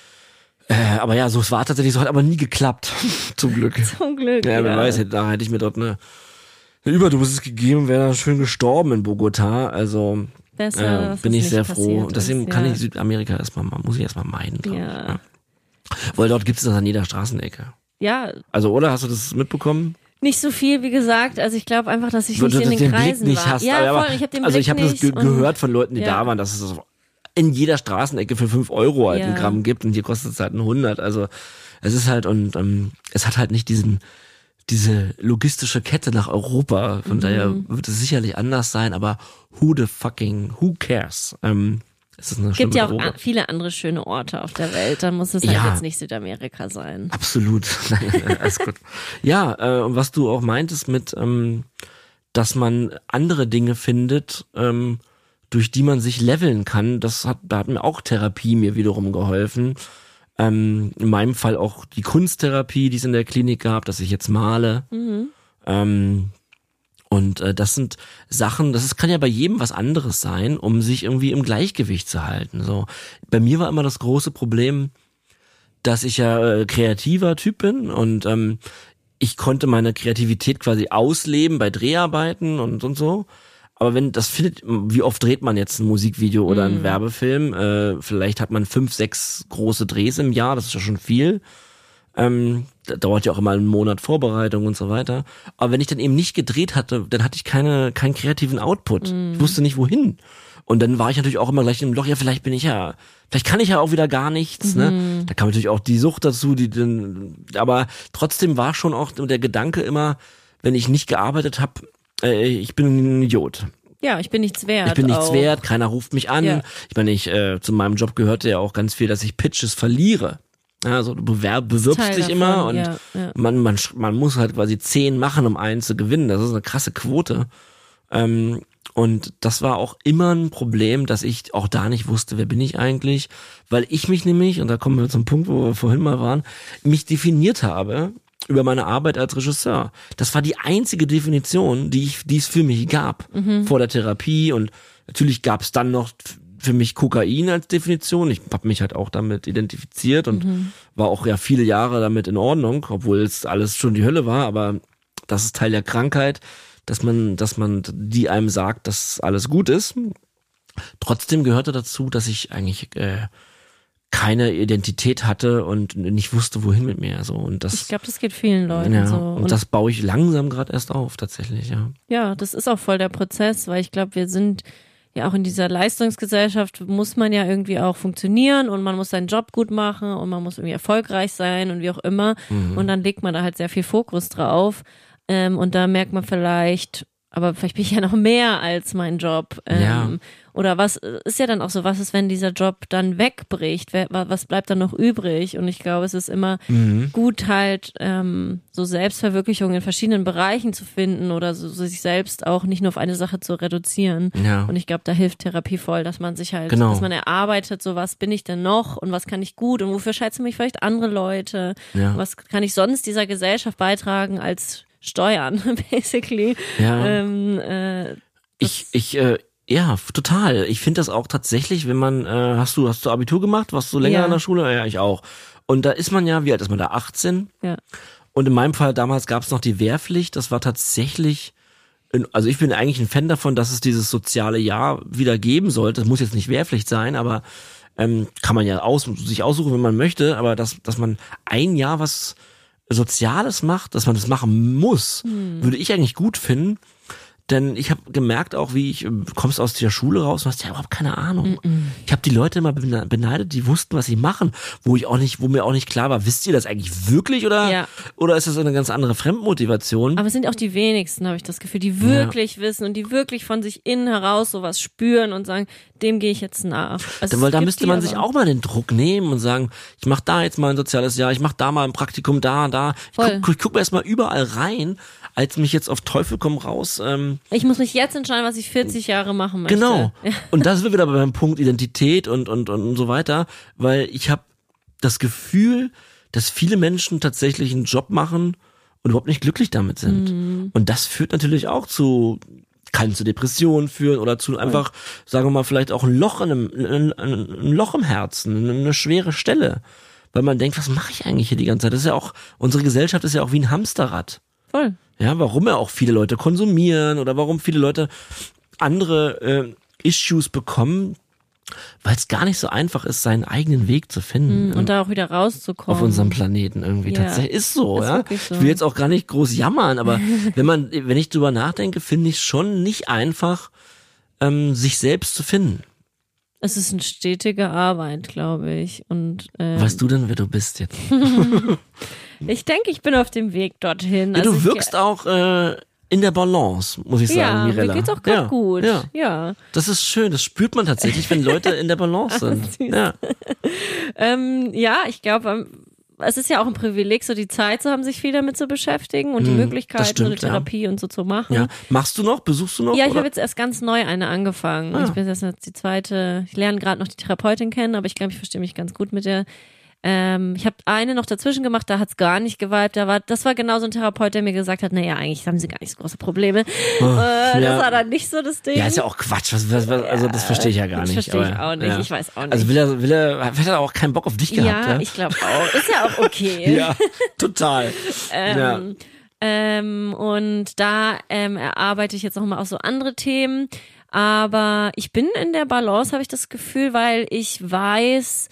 S1: aber ja, so es war tatsächlich so, hat aber nie geklappt. Zum Glück.
S2: Zum Glück.
S1: Ja, wer weiß, da hätte ich mir dort eine Überdosis gegeben, wäre schön gestorben in Bogotá. Also bin ich sehr froh. Und deswegen kann ich Südamerika muss ich erstmal meiden. Ja. Weil dort gibt es das an jeder Straßenecke.
S2: Ja.
S1: Also, oder? Hast du das mitbekommen?
S2: Nicht so viel, wie gesagt. Also ich glaube einfach, dass ich nicht in den Kreisen
S1: Blick nicht
S2: war.
S1: Hast,
S2: ja,
S1: aber,
S2: voll. Ich habe den
S1: also
S2: Blick
S1: ich habe das gehört von Leuten, die da waren, dass es in jeder Straßenecke für 5 € halt ein Gramm gibt und hier kostet es halt 100. Also es ist halt und es hat halt nicht diese logistische Kette nach Europa. Von daher wird es sicherlich anders sein, aber who cares? Es
S2: gibt ja auch viele andere schöne Orte auf der Welt, dann muss es halt jetzt nicht Südamerika sein.
S1: Absolut. Nein, alles gut. Ja, und was du auch meintest mit, dass man andere Dinge findet, durch die man sich leveln kann, da hat mir auch Therapie mir wiederum geholfen. In meinem Fall auch die Kunsttherapie, die es in der Klinik gab, dass ich jetzt male. Und das sind Sachen, kann ja bei jedem was anderes sein, um sich irgendwie im Gleichgewicht zu halten. So, bei mir war immer das große Problem, dass ich ja kreativer Typ bin und ich konnte meine Kreativität quasi ausleben bei Dreharbeiten und so. Aber wie oft dreht man jetzt ein Musikvideo oder einen Werbefilm? Vielleicht hat man 5, 6 große Drehs im Jahr, das ist ja schon viel. Da dauert ja auch immer einen Monat Vorbereitung und so weiter. Aber wenn ich dann eben nicht gedreht hatte, dann hatte ich keinen kreativen Output. Ich wusste nicht wohin. Und dann war ich natürlich auch immer gleich im Loch, vielleicht kann ich ja auch wieder gar nichts, ne? Da kam natürlich auch die Sucht dazu, aber trotzdem war schon auch der Gedanke immer, wenn ich nicht gearbeitet habe, ich bin ein Idiot.
S2: Ja, ich bin nichts wert.
S1: Ich bin nichts wert, keiner ruft mich an. Ja. Ich meine, zu meinem Job gehörte ja auch ganz viel, dass ich Pitches verliere. Also du bewirbst dich immer und man muss halt quasi 10 machen, um einen zu gewinnen. Das ist eine krasse Quote. Und das war auch immer ein Problem, dass ich auch da nicht wusste, wer bin ich eigentlich, weil ich mich nämlich, und da kommen wir zum Punkt, wo wir vorhin mal waren, mich definiert habe über meine Arbeit als Regisseur. Das war die einzige Definition, die es für mich gab vor der Therapie, und natürlich gab es dann noch für mich Kokain als Definition. Ich habe mich halt auch damit identifiziert und war auch ja viele Jahre damit in Ordnung, obwohl es alles schon die Hölle war, aber das ist Teil der Krankheit, dass man die einem sagt, dass alles gut ist. Trotzdem gehörte dazu, dass ich eigentlich keine Identität hatte und nicht wusste, wohin mit mir. So. Und das,
S2: ich glaube, das geht vielen Leuten so.
S1: Und das baue ich langsam gerade erst auf, tatsächlich, ja.
S2: Ja, das ist auch voll der Prozess, weil ich glaube, wir sind ja auch in dieser Leistungsgesellschaft, muss man ja irgendwie auch funktionieren und man muss seinen Job gut machen und man muss irgendwie erfolgreich sein und wie auch immer. Und dann legt man da halt sehr viel Fokus drauf. Und da merkt man vielleicht, aber vielleicht bin ich ja noch mehr als mein Job. Oder was ist ja dann auch so, was ist, wenn dieser Job dann wegbricht? Was bleibt dann noch übrig? Und ich glaube, es ist immer gut halt so Selbstverwirklichung in verschiedenen Bereichen zu finden oder so sich selbst auch nicht nur auf eine Sache zu reduzieren.
S1: Ja.
S2: Und ich glaube, da hilft Therapie voll, dass man sich halt,
S1: Genau.
S2: dass man erarbeitet, so was bin ich denn noch und was kann ich gut und wofür schätzen mich vielleicht andere Leute?
S1: Ja.
S2: Was kann ich sonst dieser Gesellschaft beitragen als Steuern, basically.
S1: Ja. Ja, total. Ich finde das auch tatsächlich, wenn man, hast du Abitur gemacht? Warst du länger in der Schule? Ja, ich auch. Und da ist man ja, wie alt ist man da? 18?
S2: Ja.
S1: Und in meinem Fall, damals gab es noch die Wehrpflicht. Das war tatsächlich, also ich bin eigentlich ein Fan davon, dass es dieses soziale Jahr wieder geben sollte. Das muss jetzt nicht Wehrpflicht sein, aber kann man ja sich aussuchen, wenn man möchte. Aber dass man ein Jahr was Soziales macht, dass man das machen muss, würde ich eigentlich gut finden. Denn ich habe gemerkt auch, wie kommst aus der Schule raus und hast ja überhaupt keine Ahnung. Ich habe die Leute immer beneidet, die wussten, was sie machen, wo mir auch nicht klar war, wisst ihr das eigentlich wirklich oder ist das eine ganz andere Fremdmotivation?
S2: Aber es sind auch die wenigsten, habe ich das Gefühl, die wirklich wissen und die wirklich von sich innen heraus sowas spüren und sagen, dem gehe ich jetzt nach. Also
S1: weil da müsste man sich auch mal den Druck nehmen und sagen, ich mache da jetzt mal ein soziales Jahr, ich mache da mal ein Praktikum, da. Ich guck mir erstmal überall rein, als mich jetzt auf Teufel komm raus.
S2: Ich muss mich jetzt entscheiden, was ich 40 Jahre machen möchte.
S1: Genau. Und da sind wir wieder beim Punkt Identität und so weiter, weil ich habe das Gefühl, dass viele Menschen tatsächlich einen Job machen und überhaupt nicht glücklich damit sind. Und das führt natürlich auch kann zu Depressionen führen oder zu einfach, sagen wir mal, vielleicht auch ein Loch ein Loch im Herzen, eine schwere Stelle. Weil man denkt, was mache ich eigentlich hier die ganze Zeit? Das ist ja auch, unsere Gesellschaft ist ja auch wie ein Hamsterrad.
S2: Voll.
S1: Ja, warum ja auch viele Leute konsumieren oder warum viele Leute andere Issues bekommen, weil es gar nicht so einfach ist, seinen eigenen Weg zu finden.
S2: Und da auch wieder rauszukommen.
S1: Auf unserem Planeten irgendwie. Tatsächlich ist so,
S2: ist
S1: ja.
S2: wirklich so.
S1: Ich will jetzt auch gar nicht groß jammern, aber wenn ich drüber nachdenke, finde ich schon nicht einfach, sich selbst zu finden.
S2: Es ist eine stetige Arbeit, glaube ich. Und
S1: Weißt du denn, wer du bist jetzt?
S2: ich denke, ich bin auf dem Weg dorthin.
S1: Ja, du wirkst auch in der Balance, muss ich sagen, Mirella.
S2: Mir geht's auch gerade gut. Ja.
S1: Das ist schön, das spürt man tatsächlich, wenn Leute in der Balance sind.
S2: Ich glaube, es ist ja auch ein Privileg, so die Zeit zu haben, sich viel damit zu beschäftigen und die Möglichkeiten, so eine Therapie und so zu machen.
S1: Ja. Machst du noch? Besuchst du noch?
S2: Ja, ich habe jetzt erst ganz neu eine angefangen. Ich bin jetzt die zweite, ich lerne gerade noch die Therapeutin kennen, aber ich glaube, ich verstehe mich ganz gut mit der. Ich habe eine noch dazwischen gemacht, da hat's gar nicht geweibt. Das war genau so ein Therapeut, der mir gesagt hat, naja, eigentlich haben sie gar nicht so große Probleme. Das war dann nicht so das Ding.
S1: Ja, ist ja auch Quatsch. Also das verstehe ich ja gar nicht.
S2: Das verstehe ich auch nicht. Ja. Ich weiß auch nicht.
S1: Also hat er auch keinen Bock auf dich gehabt?
S2: Ja, ich glaube auch. Ist ja auch okay.
S1: Ja, total.
S2: Und da erarbeite ich jetzt noch mal auch so andere Themen. Aber ich bin in der Balance, habe ich das Gefühl, weil ich weiß,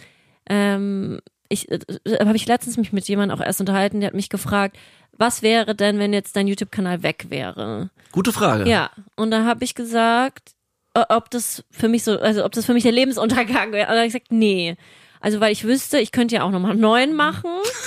S2: habe ich letztens mich mit jemandem auch erst unterhalten, der hat mich gefragt, was wäre denn, wenn jetzt dein YouTube-Kanal weg wäre?
S1: Gute Frage.
S2: Ja, und da habe ich gesagt, ob das für mich der Lebensuntergang wäre. Und da habe ich gesagt, nee. Also, weil ich wüsste, ich könnte ja auch nochmal einen neuen machen.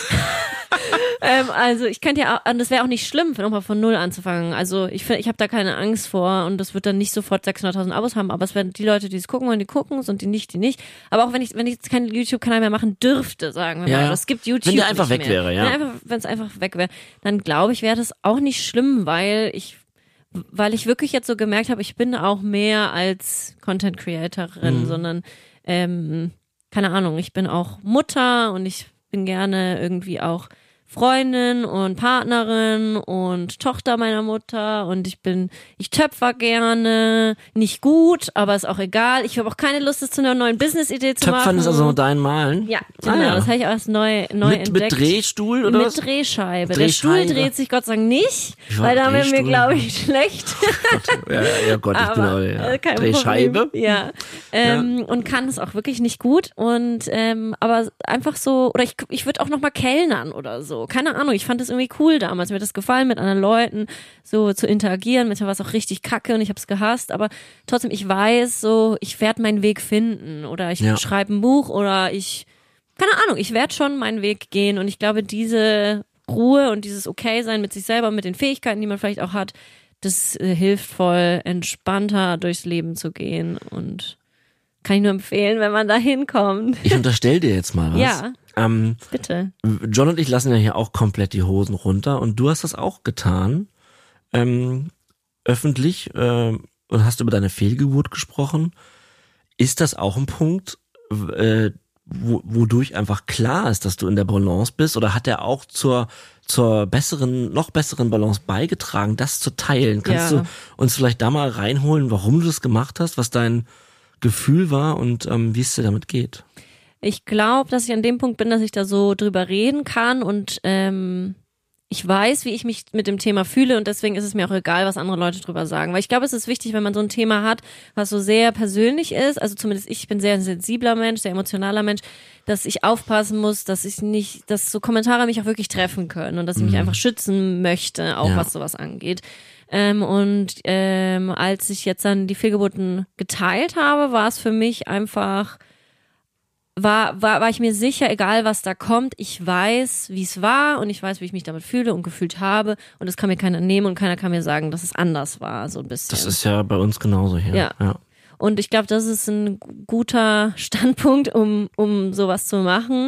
S2: Also ich könnte ja auch, und das wäre auch nicht schlimm, nochmal von Null anzufangen. Also ich habe da keine Angst vor und das wird dann nicht sofort 600.000 Abos haben, aber es werden die Leute, die es gucken wollen, die gucken und die nicht. Aber auch wenn ich jetzt keinen YouTube-Kanal mehr machen dürfte, sagen wir mal, es gibt YouTube
S1: wenn der einfach
S2: nicht
S1: weg
S2: mehr.
S1: wäre, ja.
S2: Wenn es einfach weg wäre, dann glaube ich, wäre das auch nicht schlimm, weil ich wirklich jetzt so gemerkt habe, ich bin auch mehr als Content-Creatorin, sondern keine Ahnung, ich bin auch Mutter und ich bin gerne irgendwie auch Freundin und Partnerin und Tochter meiner Mutter und ich töpfer gerne, nicht gut, aber ist auch egal. Ich habe auch keine Lust, das zu einer neuen Business-Idee zu machen.
S1: Töpfern ist also dein Malen?
S2: Ja, genau, das habe ich auch erst neu entdeckt.
S1: Mit Drehstuhl oder was?
S2: Mit Drehscheibe. Der Stuhl dreht sich Gott sei Dank nicht, weil da wäre mir, glaube ich, schlecht.
S1: Ja Gott, ich bin auch,
S2: kein
S1: Drehscheibe.
S2: Problem. Ja. Und kann es auch wirklich nicht gut und aber einfach so, oder ich würde auch noch mal kellnern oder so. Keine Ahnung, ich fand das irgendwie cool damals. Mir hat das gefallen, mit anderen Leuten so zu interagieren. Manchmal war es auch richtig kacke und ich habe es gehasst, aber trotzdem, ich weiß so, ich werde meinen Weg finden oder ich schreibe ein Buch oder keine Ahnung, ich werde schon meinen Weg gehen und ich glaube, diese Ruhe und dieses Okay-Sein mit sich selber, mit den Fähigkeiten, die man vielleicht auch hat, das hilft voll, entspannter durchs Leben zu gehen und kann ich nur empfehlen, wenn man da hinkommt.
S1: Ich unterstelle dir jetzt mal was.
S2: Ja. Bitte.
S1: John und ich lassen ja hier auch komplett die Hosen runter und du hast das auch getan, öffentlich, und hast über deine Fehlgeburt gesprochen. Ist das auch ein Punkt, wodurch einfach klar ist, dass du in der Balance bist, oder hat er auch zur noch besseren Balance beigetragen, das zu teilen? Kannst du uns vielleicht da mal reinholen, warum du das gemacht hast, was dein Gefühl war und wie es dir damit geht?
S2: Ich glaube, dass ich an dem Punkt bin, dass ich da so drüber reden kann und ich weiß, wie ich mich mit dem Thema fühle und deswegen ist es mir auch egal, was andere Leute drüber sagen. Weil ich glaube, es ist wichtig, wenn man so ein Thema hat, was so sehr persönlich ist, also zumindest ich bin sehr ein sensibler Mensch, sehr emotionaler Mensch, dass ich aufpassen muss, dass so Kommentare mich auch wirklich treffen können und dass ich mich einfach schützen möchte, auch was sowas angeht. Als ich jetzt dann die Fehlgeburten geteilt habe, war es für mich einfach, war ich mir sicher, egal was da kommt, ich weiß, wie es war und ich weiß, wie ich mich damit fühle und gefühlt habe und das kann mir keiner nehmen und keiner kann mir sagen, dass es anders war, so ein bisschen.
S1: Das ist ja bei uns genauso hier.
S2: Ja. Und ich glaube, das ist ein guter Standpunkt, um sowas zu machen.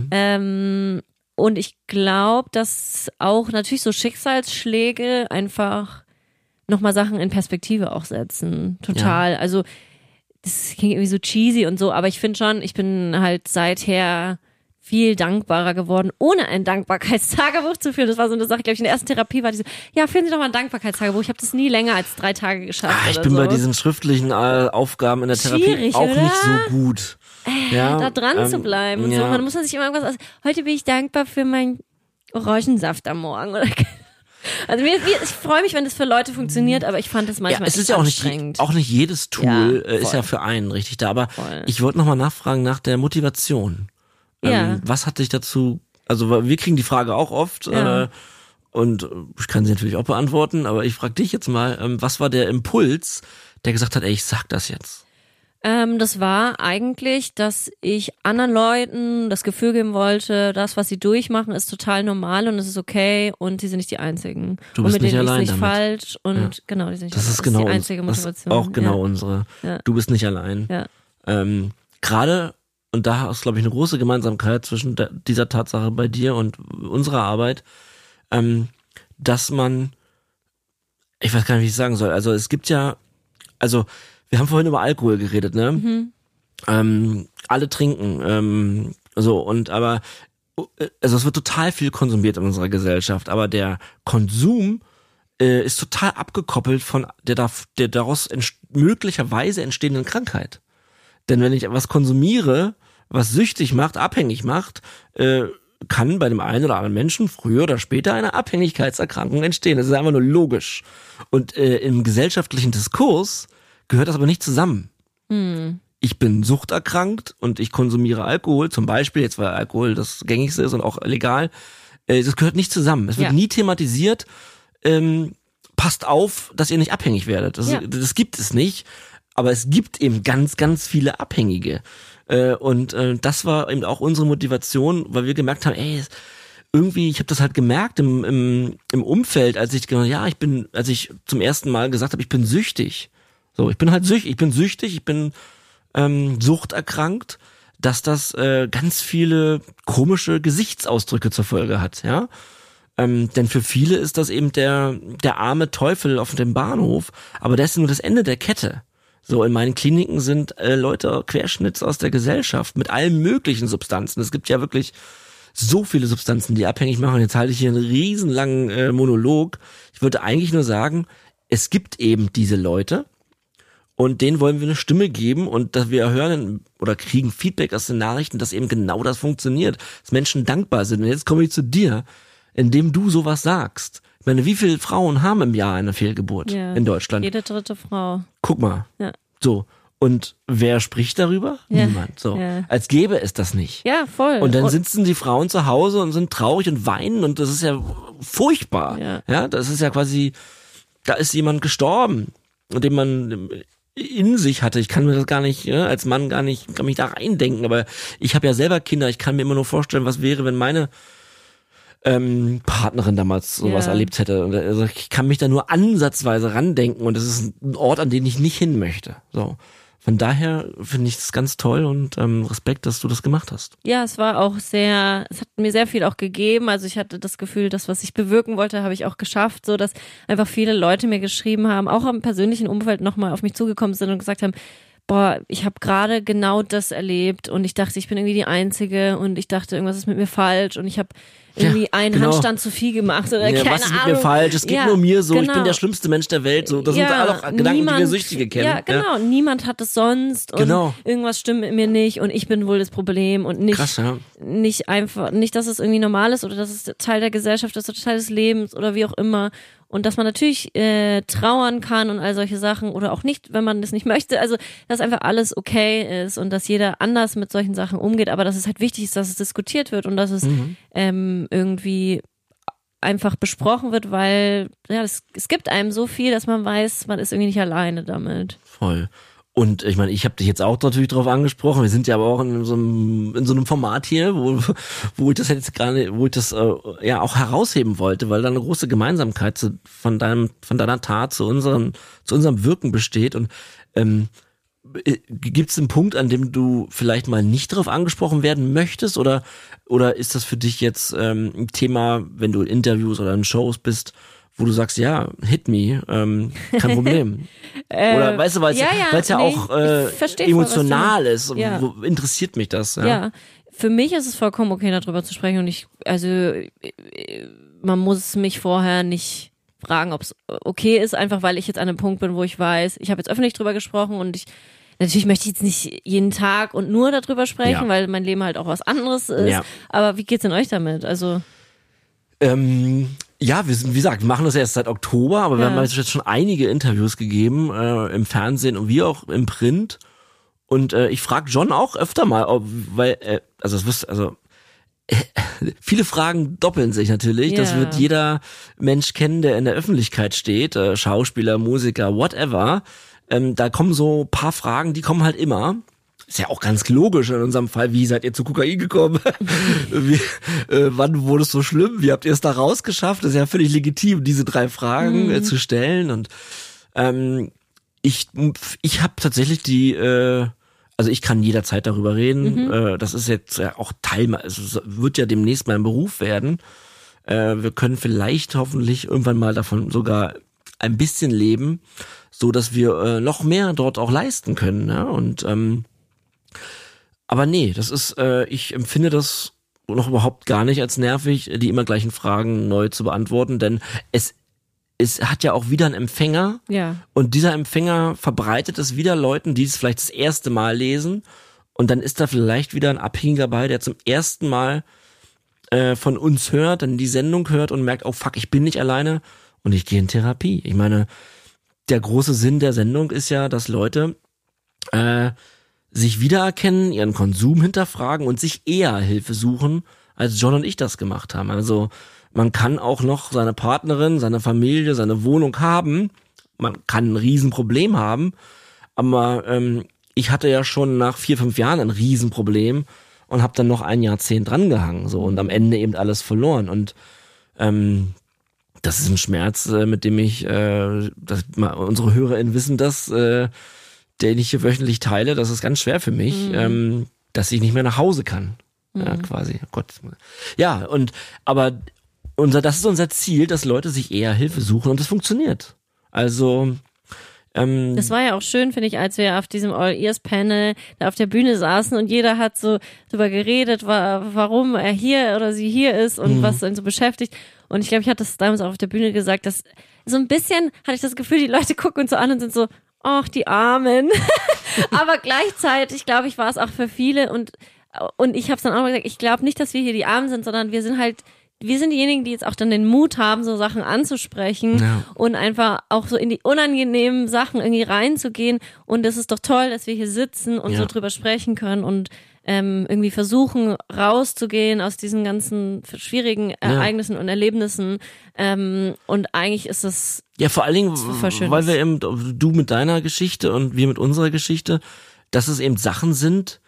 S2: Und ich glaube, dass auch natürlich so Schicksalsschläge einfach nochmal Sachen in Perspektive auch setzen. Total. Also das klingt irgendwie so cheesy und so, aber ich finde schon, ich bin halt seither viel dankbarer geworden, ohne ein Dankbarkeitstagebuch zu führen. Das war so eine Sache, glaube ich, in der ersten Therapie war die so, ja, führen Sie doch mal ein Dankbarkeitstagebuch. Ich habe das nie länger als 3 Tage geschafft.
S1: Ich bin bei diesen schriftlichen Aufgaben in der Therapie
S2: schwierig,
S1: auch
S2: oder?
S1: nicht so gut.
S2: Da dran zu bleiben und so. Man muss sich immer irgendwas heute bin ich dankbar für meinen Orangensaft am Morgen oder also ich freue mich, wenn das für Leute funktioniert, aber ich fand das manchmal
S1: es ist ja
S2: anstrengend.
S1: Auch nicht jedes Tool ist ja für einen richtig da, aber ich wollte nochmal nachfragen nach der Motivation. Was hat dich dazu, also wir kriegen die Frage auch oft und ich kann sie natürlich auch beantworten, aber ich frage dich jetzt mal, was war der Impuls, der gesagt hat, ey, ich sag das jetzt?
S2: Das war eigentlich, dass ich anderen Leuten das Gefühl geben wollte, das, was sie durchmachen, ist total normal und es ist okay und sie sind nicht die Einzigen.
S1: Du bist
S2: und mit
S1: nicht
S2: denen
S1: allein
S2: ist nicht
S1: damit.
S2: falsch und genau, die sind nicht
S1: das
S2: allein.
S1: Ist genau
S2: das ist die einzige Motivation.
S1: Das ist auch genau unsere.
S2: Ja.
S1: Du bist nicht allein.
S2: Ja.
S1: Gerade, und da ist, glaube ich, eine große Gemeinsamkeit zwischen dieser Tatsache bei dir und unserer Arbeit, dass man, ich weiß gar nicht, wie ich sagen soll, also es gibt ja, also wir haben vorhin über Alkohol geredet, ne? Alle trinken, aber es wird total viel konsumiert in unserer Gesellschaft, aber der Konsum ist total abgekoppelt von der daraus möglicherweise entstehenden Krankheit. Denn wenn ich etwas konsumiere, was süchtig macht, abhängig macht, kann bei dem einen oder anderen Menschen früher oder später eine Abhängigkeitserkrankung entstehen. Das ist einfach nur logisch. Und im gesellschaftlichen Diskurs gehört das aber nicht zusammen. Ich bin suchterkrankt und ich konsumiere Alkohol, zum Beispiel, jetzt weil Alkohol das Gängigste ist und auch legal, das gehört nicht zusammen. Es wird nie thematisiert, passt auf, dass ihr nicht abhängig werdet. Das gibt es nicht, aber es gibt eben ganz, ganz viele Abhängige. Und das war eben auch unsere Motivation, weil wir gemerkt haben, irgendwie, ich habe das halt gemerkt im Umfeld, als ich zum ersten Mal gesagt habe, ich bin süchtig. So, ich bin halt süchtig, ich bin suchterkrankt, dass das ganz viele komische Gesichtsausdrücke zur Folge hat, ja. Denn für viele ist das eben der arme Teufel auf dem Bahnhof, aber das ist nur das Ende der Kette. So, in meinen Kliniken sind Leute querschnitts aus der Gesellschaft mit allen möglichen Substanzen. Es gibt ja wirklich so viele Substanzen, die abhängig machen. Jetzt halte ich hier einen riesenlangen Monolog. Ich würde eigentlich nur sagen, es gibt eben diese Leute und denen wollen wir eine Stimme geben und dass wir hören oder kriegen Feedback aus den Nachrichten, dass eben genau das funktioniert, dass Menschen dankbar sind. Und jetzt komme ich zu dir, indem du sowas sagst. Ich meine, wie viele Frauen haben im Jahr eine Fehlgeburt in Deutschland?
S2: Jede dritte Frau.
S1: Guck mal.
S2: Ja.
S1: So. Und wer spricht darüber?
S2: Ja.
S1: Niemand. So.
S2: Ja.
S1: Als gäbe es das nicht.
S2: Ja, voll.
S1: Und dann sitzen die Frauen zu Hause und sind traurig und weinen und das ist ja furchtbar. Ja, das ist ja quasi, da ist jemand gestorben, den man in sich hatte. Ich kann mir das gar nicht, als Mann kann mich da reindenken, aber ich habe ja selber Kinder, ich kann mir immer nur vorstellen, was wäre, wenn meine Partnerin damals sowas erlebt hätte. Und also ich kann mich da nur ansatzweise randenken und das ist ein Ort, an den ich nicht hin möchte. So. Von daher finde ich es ganz toll und Respekt, dass du das gemacht hast.
S2: Ja, es war auch es hat mir sehr viel auch gegeben. Also ich hatte das Gefühl, das, was ich bewirken wollte, habe ich auch geschafft, so dass einfach viele Leute mir geschrieben haben, auch am persönlichen Umfeld nochmal auf mich zugekommen sind und gesagt haben, boah, ich habe gerade genau das erlebt und ich dachte, ich bin irgendwie die Einzige und ich dachte, irgendwas ist mit mir falsch und ich habe irgendwie einen Handstand zu viel gemacht oder keine Ahnung.
S1: Was ist mit mir falsch? Es geht nur mir so. Ich bin der schlimmste Mensch der Welt. So, das sind alle auch Gedanken, die wir Süchtige kennen.
S2: Ja, genau. Niemand hat es sonst und irgendwas stimmt mit mir nicht und ich bin wohl das Problem und nicht,
S1: krass,
S2: nicht einfach, nicht, dass es irgendwie normal ist oder dass es Teil der Gesellschaft ist oder Teil des Lebens oder wie auch immer. Und dass man natürlich trauern kann und all solche Sachen oder auch nicht, wenn man das nicht möchte. Also, dass einfach alles okay ist und dass jeder anders mit solchen Sachen umgeht. Aber dass es halt wichtig ist, dass es diskutiert wird und dass es irgendwie einfach besprochen wird, weil es gibt einem so viel, dass man weiß, man ist irgendwie nicht alleine damit.
S1: Voll. Und ich meine, ich habe dich jetzt auch natürlich drauf angesprochen. Wir sind ja aber auch in so einem Format hier, wo ich das jetzt gerade, auch herausheben wollte, weil da eine große Gemeinsamkeit von deiner Tat zu unserem Wirken besteht. Und gibt es einen Punkt, an dem du vielleicht mal nicht drauf angesprochen werden möchtest, oder ist das für dich jetzt ein Thema, wenn du in Interviews oder in Shows bist, wo du sagst, ja, hit me, kein Problem. Oder weißt du, weil es ja auch emotional ist, interessiert mich das.
S2: Ja, für mich ist es vollkommen okay, darüber zu sprechen und man muss mich vorher nicht fragen, ob es okay ist, einfach weil ich jetzt an einem Punkt bin, wo ich weiß, ich habe jetzt öffentlich drüber gesprochen und natürlich möchte ich jetzt nicht jeden Tag und nur darüber sprechen, weil mein Leben halt auch was anderes ist. Ja. Aber wie geht's denn euch damit? Also
S1: ja, wie gesagt, wir machen das erst seit Oktober, aber wir haben jetzt schon einige Interviews gegeben im Fernsehen und wie auch im Print. Und ich frage John auch öfter mal, viele Fragen doppeln sich natürlich. Das wird jeder Mensch kennen, der in der Öffentlichkeit steht, Schauspieler, Musiker, whatever. Da kommen so ein paar Fragen, die kommen halt immer. Ist ja auch ganz logisch in unserem Fall. Wie seid ihr zu Kokain gekommen? Wann wurde es so schlimm? Wie habt ihr es da rausgeschafft? Das ist ja völlig legitim, diese 3 Fragen zu stellen. Und ich habe tatsächlich also ich kann jederzeit darüber reden. Das ist jetzt ja auch es wird ja demnächst mein Beruf werden. Wir können vielleicht hoffentlich irgendwann mal davon sogar ein bisschen leben, so dass wir noch mehr dort auch leisten können. Ja? Und aber nee, das ist, ich empfinde das noch überhaupt gar nicht als nervig, die immer gleichen Fragen neu zu beantworten, denn es hat ja auch wieder einen Empfänger und dieser Empfänger verbreitet es wieder Leuten, die es vielleicht das erste Mal lesen und dann ist da vielleicht wieder ein Abhängiger bei, der zum ersten Mal von uns hört, dann die Sendung hört und merkt, oh fuck, ich bin nicht alleine und ich gehe in Therapie. Ich meine, der große Sinn der Sendung ist ja, dass Leute sich wiedererkennen, ihren Konsum hinterfragen und sich eher Hilfe suchen, als John und ich das gemacht haben. Also man kann auch noch seine Partnerin, seine Familie, seine Wohnung haben. Man kann ein Riesenproblem haben. Aber ich hatte ja schon nach 4-5 Jahren ein Riesenproblem und habe dann noch ein Jahrzehnt drangehangen so und am Ende eben alles verloren. Und das ist ein Schmerz, mit dem unsere HörerInnen wissen das, den ich hier wöchentlich teile, das ist ganz schwer für mich, dass ich nicht mehr nach Hause kann. Ja, quasi. Oh Gott. Ja, aber das ist unser Ziel, dass Leute sich eher Hilfe suchen und das funktioniert. Also
S2: Das war ja auch schön, finde ich, als wir auf diesem All-Ears-Panel da auf der Bühne saßen und jeder hat so drüber geredet, warum er hier oder sie hier ist und was ihn so beschäftigt. Und ich glaube, ich hatte das damals auch auf der Bühne gesagt, dass so ein bisschen hatte ich das Gefühl, die Leute gucken uns so an und sind so, ach, die Armen. Aber gleichzeitig, glaube ich, war es auch für viele und ich habe es dann auch mal gesagt, ich glaube nicht, dass wir hier die Armen sind, sondern wir sind diejenigen, die jetzt auch dann den Mut haben, so Sachen anzusprechen und einfach auch so in die unangenehmen Sachen irgendwie reinzugehen. Und es ist doch toll, dass wir hier sitzen und so drüber sprechen können und irgendwie versuchen, rauszugehen aus diesen ganzen schwierigen Ereignissen und Erlebnissen. Und eigentlich ist es
S1: vor allen Dingen, weil wir eben, du mit deiner Geschichte und wir mit unserer Geschichte, dass es eben Sachen sind,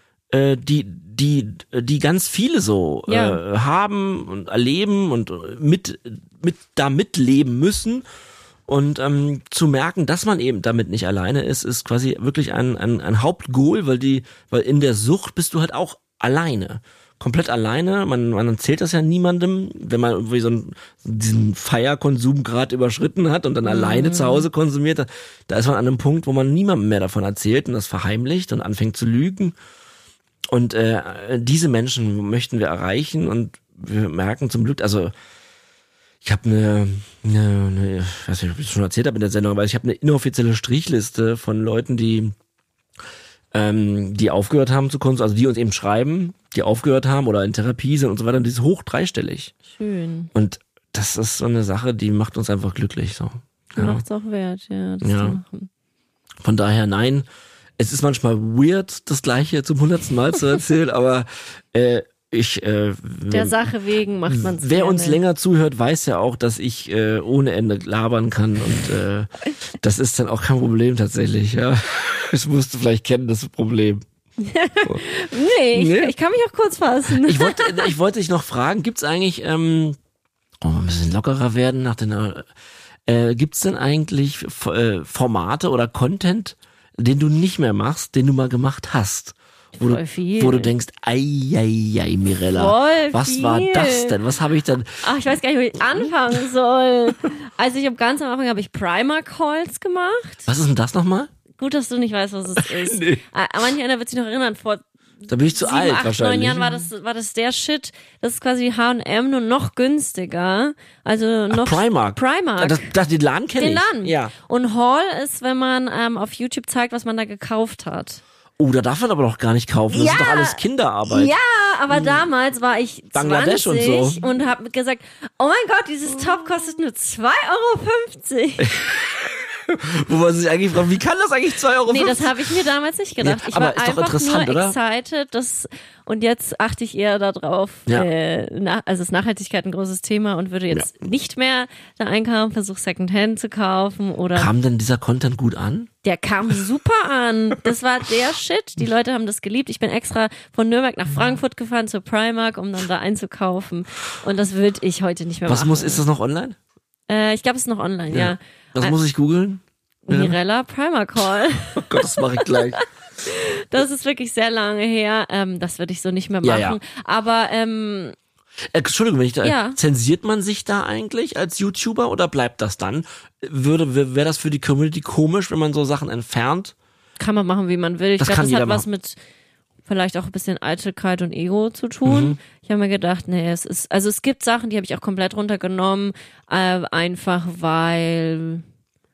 S1: die ganz viele so haben und erleben und da mitleben müssen. Und zu merken, dass man eben damit nicht alleine ist quasi wirklich ein Hauptgoal, weil in der Sucht bist du halt auch alleine. Komplett alleine, man erzählt das ja niemandem, wenn man irgendwie diesen Feierkonsumgrad überschritten hat und dann alleine zu Hause konsumiert, da ist man an einem Punkt, wo man niemandem mehr davon erzählt und das verheimlicht und anfängt zu lügen. Und diese Menschen möchten wir erreichen und wir merken zum Glück, also ich habe ich weiß nicht, ob ich es schon erzählt habe in der Sendung, aber ich habe eine inoffizielle Strichliste von Leuten, die aufgehört haben zu konsumieren, also die uns eben schreiben, die aufgehört haben oder in Therapie sind und so weiter, und die ist hoch dreistellig.
S2: Schön.
S1: Und das ist so eine Sache, die macht uns einfach glücklich. So.
S2: Macht's auch wert, das zu machen.
S1: Von daher, nein, es ist manchmal weird, das Gleiche zum 100. Mal zu erzählen, aber der
S2: Sache wegen macht man es.
S1: Wer uns länger zuhört, weiß ja auch, dass ich ohne Ende labern kann und das ist dann auch kein Problem tatsächlich. Ja, das musst du vielleicht kennen, das Problem.
S2: So. Nee, ich kann mich auch kurz fassen.
S1: Ich wollte dich noch fragen, gibt's eigentlich, ein bisschen lockerer werden nach gibt's denn eigentlich Formate oder Content, den du nicht mehr machst, den du mal gemacht hast? Wo du denkst, ei, Mirella, was war das denn? Was habe ich denn?
S2: Ach, ich weiß gar nicht, wo ich anfangen soll. Also ich habe ganz am Anfang Primark-Hauls gemacht.
S1: Was ist denn das nochmal?
S2: Gut, dass du nicht weißt, was es ist.
S1: Nee.
S2: Manch einer wird sich noch erinnern,
S1: da bin ich zu
S2: 7,
S1: alt
S2: 8,
S1: wahrscheinlich.
S2: 9 Jahren war das der Shit. Das ist quasi H&M, nur noch günstiger. Also noch
S1: Primark. Den Laden kenne ich.
S2: Den Laden.
S1: Ja.
S2: Und Haul ist, wenn man auf YouTube zeigt, was man da gekauft hat.
S1: Oh, da darf man aber doch gar nicht kaufen. Das ist doch alles Kinderarbeit.
S2: Ja, aber damals war ich
S1: Bangladesch
S2: 20
S1: und so.
S2: habe gesagt, oh mein Gott, dieses Top kostet nur 2,50 €.
S1: Wo man sich eigentlich fragt, wie kann das eigentlich 2,50 €?
S2: Nee, das habe ich mir damals nicht gedacht.
S1: Ja,
S2: ich
S1: aber
S2: war
S1: ist doch
S2: einfach
S1: interessant,
S2: nur
S1: oder?
S2: excited, und jetzt achte ich eher darauf, also ist Nachhaltigkeit ein großes Thema und würde jetzt nicht mehr da einkaufen, versuche Secondhand zu kaufen oder.
S1: Kam denn dieser Content gut an?
S2: Der kam super an. Das war der Shit. Die Leute haben das geliebt. Ich bin extra von Nürnberg nach Frankfurt gefahren zur Primark, um dann da einzukaufen. Und das würde ich heute nicht mehr machen.
S1: Ist das noch online?
S2: Ich glaube, es ist noch online, ja.
S1: Was muss ich googeln?
S2: Mirella Primark Haul.
S1: Oh Gott, das mache ich gleich.
S2: Das ist wirklich sehr lange her. Das würde ich so nicht mehr machen.
S1: Ja.
S2: Aber
S1: Entschuldigung, wenn ich da zensiert man sich da eigentlich als YouTuber oder bleibt das dann? Wäre das für die Community komisch, wenn man so Sachen entfernt?
S2: Kann man machen, wie man will. Ich glaube, das hat was mit vielleicht auch ein bisschen Eitelkeit und Ego zu tun. Ich habe mir gedacht, es gibt Sachen, die habe ich auch komplett runtergenommen, einfach weil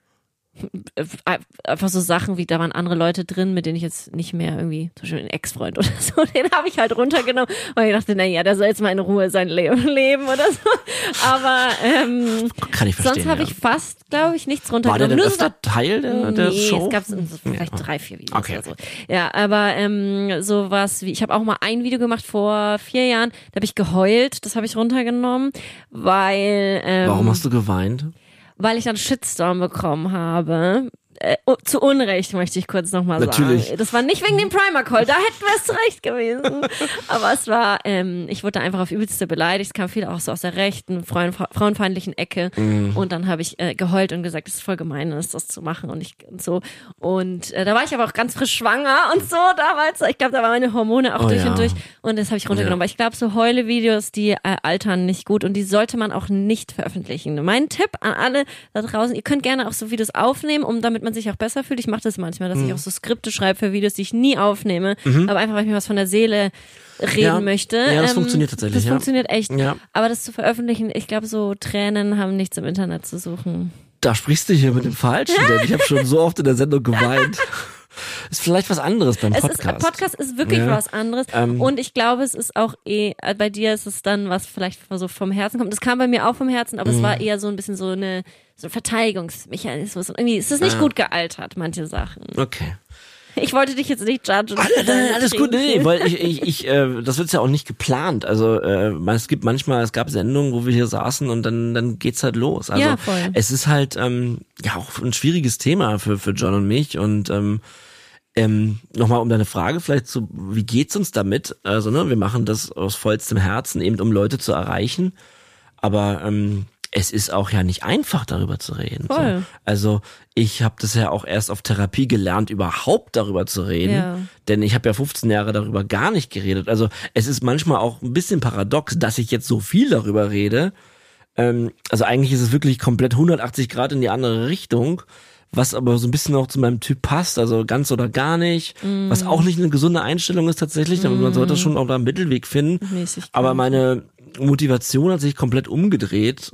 S2: einfach so Sachen wie, da waren andere Leute drin, mit denen ich jetzt nicht mehr irgendwie, zum Beispiel ein Ex-Freund oder so, den habe ich halt runtergenommen, weil ich dachte, der soll jetzt mal in Ruhe sein leben oder so. Aber
S1: kann ich verstehen,
S2: sonst habe ich fast, glaube ich, nichts runtergenommen.
S1: War der denn öfter Teil der Show?
S2: Es gab vielleicht 3, 4 Videos oder so. Ja, aber sowas wie, ich habe auch mal ein Video gemacht vor 4 Jahren, da habe ich geheult, das habe ich runtergenommen, weil
S1: Warum hast du geweint?
S2: Weil ich einen Shitstorm bekommen habe. Zu Unrecht, möchte ich kurz nochmal sagen.
S1: Natürlich.
S2: Das war nicht wegen dem Primark-Haul, da hätten wir es zurecht gewesen. Aber es war, ich wurde einfach auf übelste beleidigt. Es kam viel auch so aus der rechten, frauenfeindlichen Ecke. Und dann habe ich geheult und gesagt, es ist voll gemein, das zu machen und so. Und da war ich aber auch ganz frisch schwanger und so damals. Ich glaube, da waren meine Hormone auch durch und durch. Und das habe ich runtergenommen. Weil ich glaube, so Heule-Videos, die altern nicht gut und die sollte man auch nicht veröffentlichen. Mein Tipp an alle da draußen, ihr könnt gerne auch so Videos aufnehmen, damit man man sich auch besser fühlt. Ich mache das manchmal, dass ich auch so Skripte schreibe für Videos, die ich nie aufnehme, aber einfach, weil ich mir was von der Seele reden möchte.
S1: Ja, das funktioniert tatsächlich.
S2: Das funktioniert echt.
S1: Ja.
S2: Aber das zu veröffentlichen, ich glaube, so Tränen haben nichts im Internet zu suchen.
S1: Da sprichst du hier mit dem Falschen, denn ich habe schon so oft in der Sendung geweint. Ist vielleicht was anderes beim Podcast.
S2: Podcast ist wirklich was anderes. Und ich glaube, es ist auch bei dir ist es dann, was vielleicht so vom Herzen kommt. Das kam bei mir auch vom Herzen, aber es war eher so ein bisschen so ein Verteidigungsmechanismus. Und irgendwie ist es nicht gut gealtert, manche Sachen.
S1: Okay.
S2: Ich wollte dich jetzt nicht judgen.
S1: Alles gut, nee, weil ich das wird's ja auch nicht geplant. Also es gab Sendungen, wo wir hier saßen und dann geht's halt los. Also
S2: ja, voll.
S1: Es ist halt auch ein schwieriges Thema für John und mich und nochmal um deine Frage vielleicht wie geht's uns damit? Also wir machen das aus vollstem Herzen, eben um Leute zu erreichen, aber es ist auch ja nicht einfach, darüber zu reden.
S2: Voll.
S1: So. Also ich habe das ja auch erst auf Therapie gelernt, überhaupt darüber zu reden.
S2: Ja.
S1: Denn ich habe ja 15 Jahre darüber gar nicht geredet. Also es ist manchmal auch ein bisschen paradox, dass ich jetzt so viel darüber rede. Also eigentlich ist es wirklich komplett 180 Grad in die andere Richtung, was aber so ein bisschen auch zu meinem Typ passt, also ganz oder gar nicht, was auch nicht eine gesunde Einstellung ist tatsächlich, aber man sollte schon auch da einen Mittelweg finden.
S2: Mäßig,
S1: aber meine Motivation hat sich komplett umgedreht.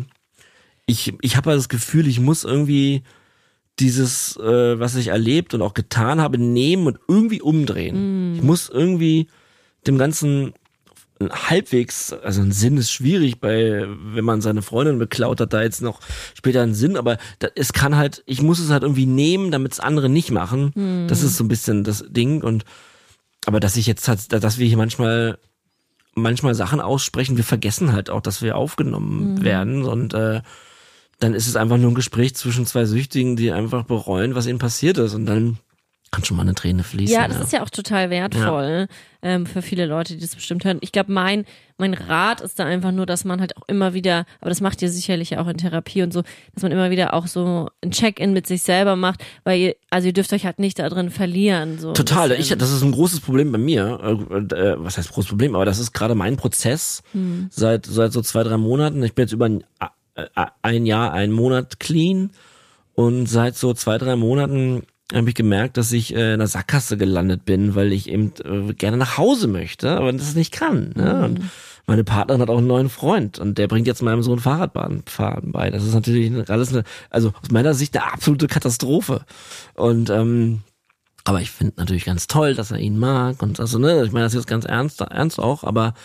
S1: Ich habe das Gefühl, ich muss irgendwie dieses, was ich erlebt und auch getan habe, nehmen und irgendwie umdrehen. Ich muss irgendwie dem Ganzen halbwegs, also ein Sinn ist schwierig, wenn man seine Freundin beklaut hat, da jetzt noch später einen Sinn, aber ich muss es halt irgendwie nehmen, damit es andere nicht machen. Das ist so ein bisschen das Ding aber dass wir hier manchmal Sachen aussprechen, wir vergessen halt auch, dass wir aufgenommen werden und dann ist es einfach nur ein Gespräch zwischen zwei Süchtigen, die einfach bereuen, was ihnen passiert ist und dann kann schon mal eine Träne fließen.
S2: Ja, das ist ja auch total wertvoll für viele Leute, die das bestimmt hören. Ich glaube, mein Rat ist da einfach nur, dass man halt auch immer wieder, aber das macht ihr sicherlich auch in Therapie und so, dass man immer wieder auch so ein Check-in mit sich selber macht, weil ihr dürft euch halt nicht da drin verlieren. So
S1: total, das ist ein großes Problem bei mir. Was heißt großes Problem? Aber das ist gerade mein Prozess seit so 2-3 Monaten. Ich bin jetzt über ein Jahr, einen Monat clean und seit so 2-3 Monaten habe ich gemerkt, dass ich in einer Sackgasse gelandet bin, weil ich eben gerne nach Hause möchte, aber das nicht kann. Ne? Und meine Partnerin hat auch einen neuen Freund und der bringt jetzt meinem Sohn Fahren bei. Das ist natürlich also aus meiner Sicht eine absolute Katastrophe. Und aber ich finde natürlich ganz toll, dass er ihn mag und also ich meine das ist jetzt ganz ernst auch, aber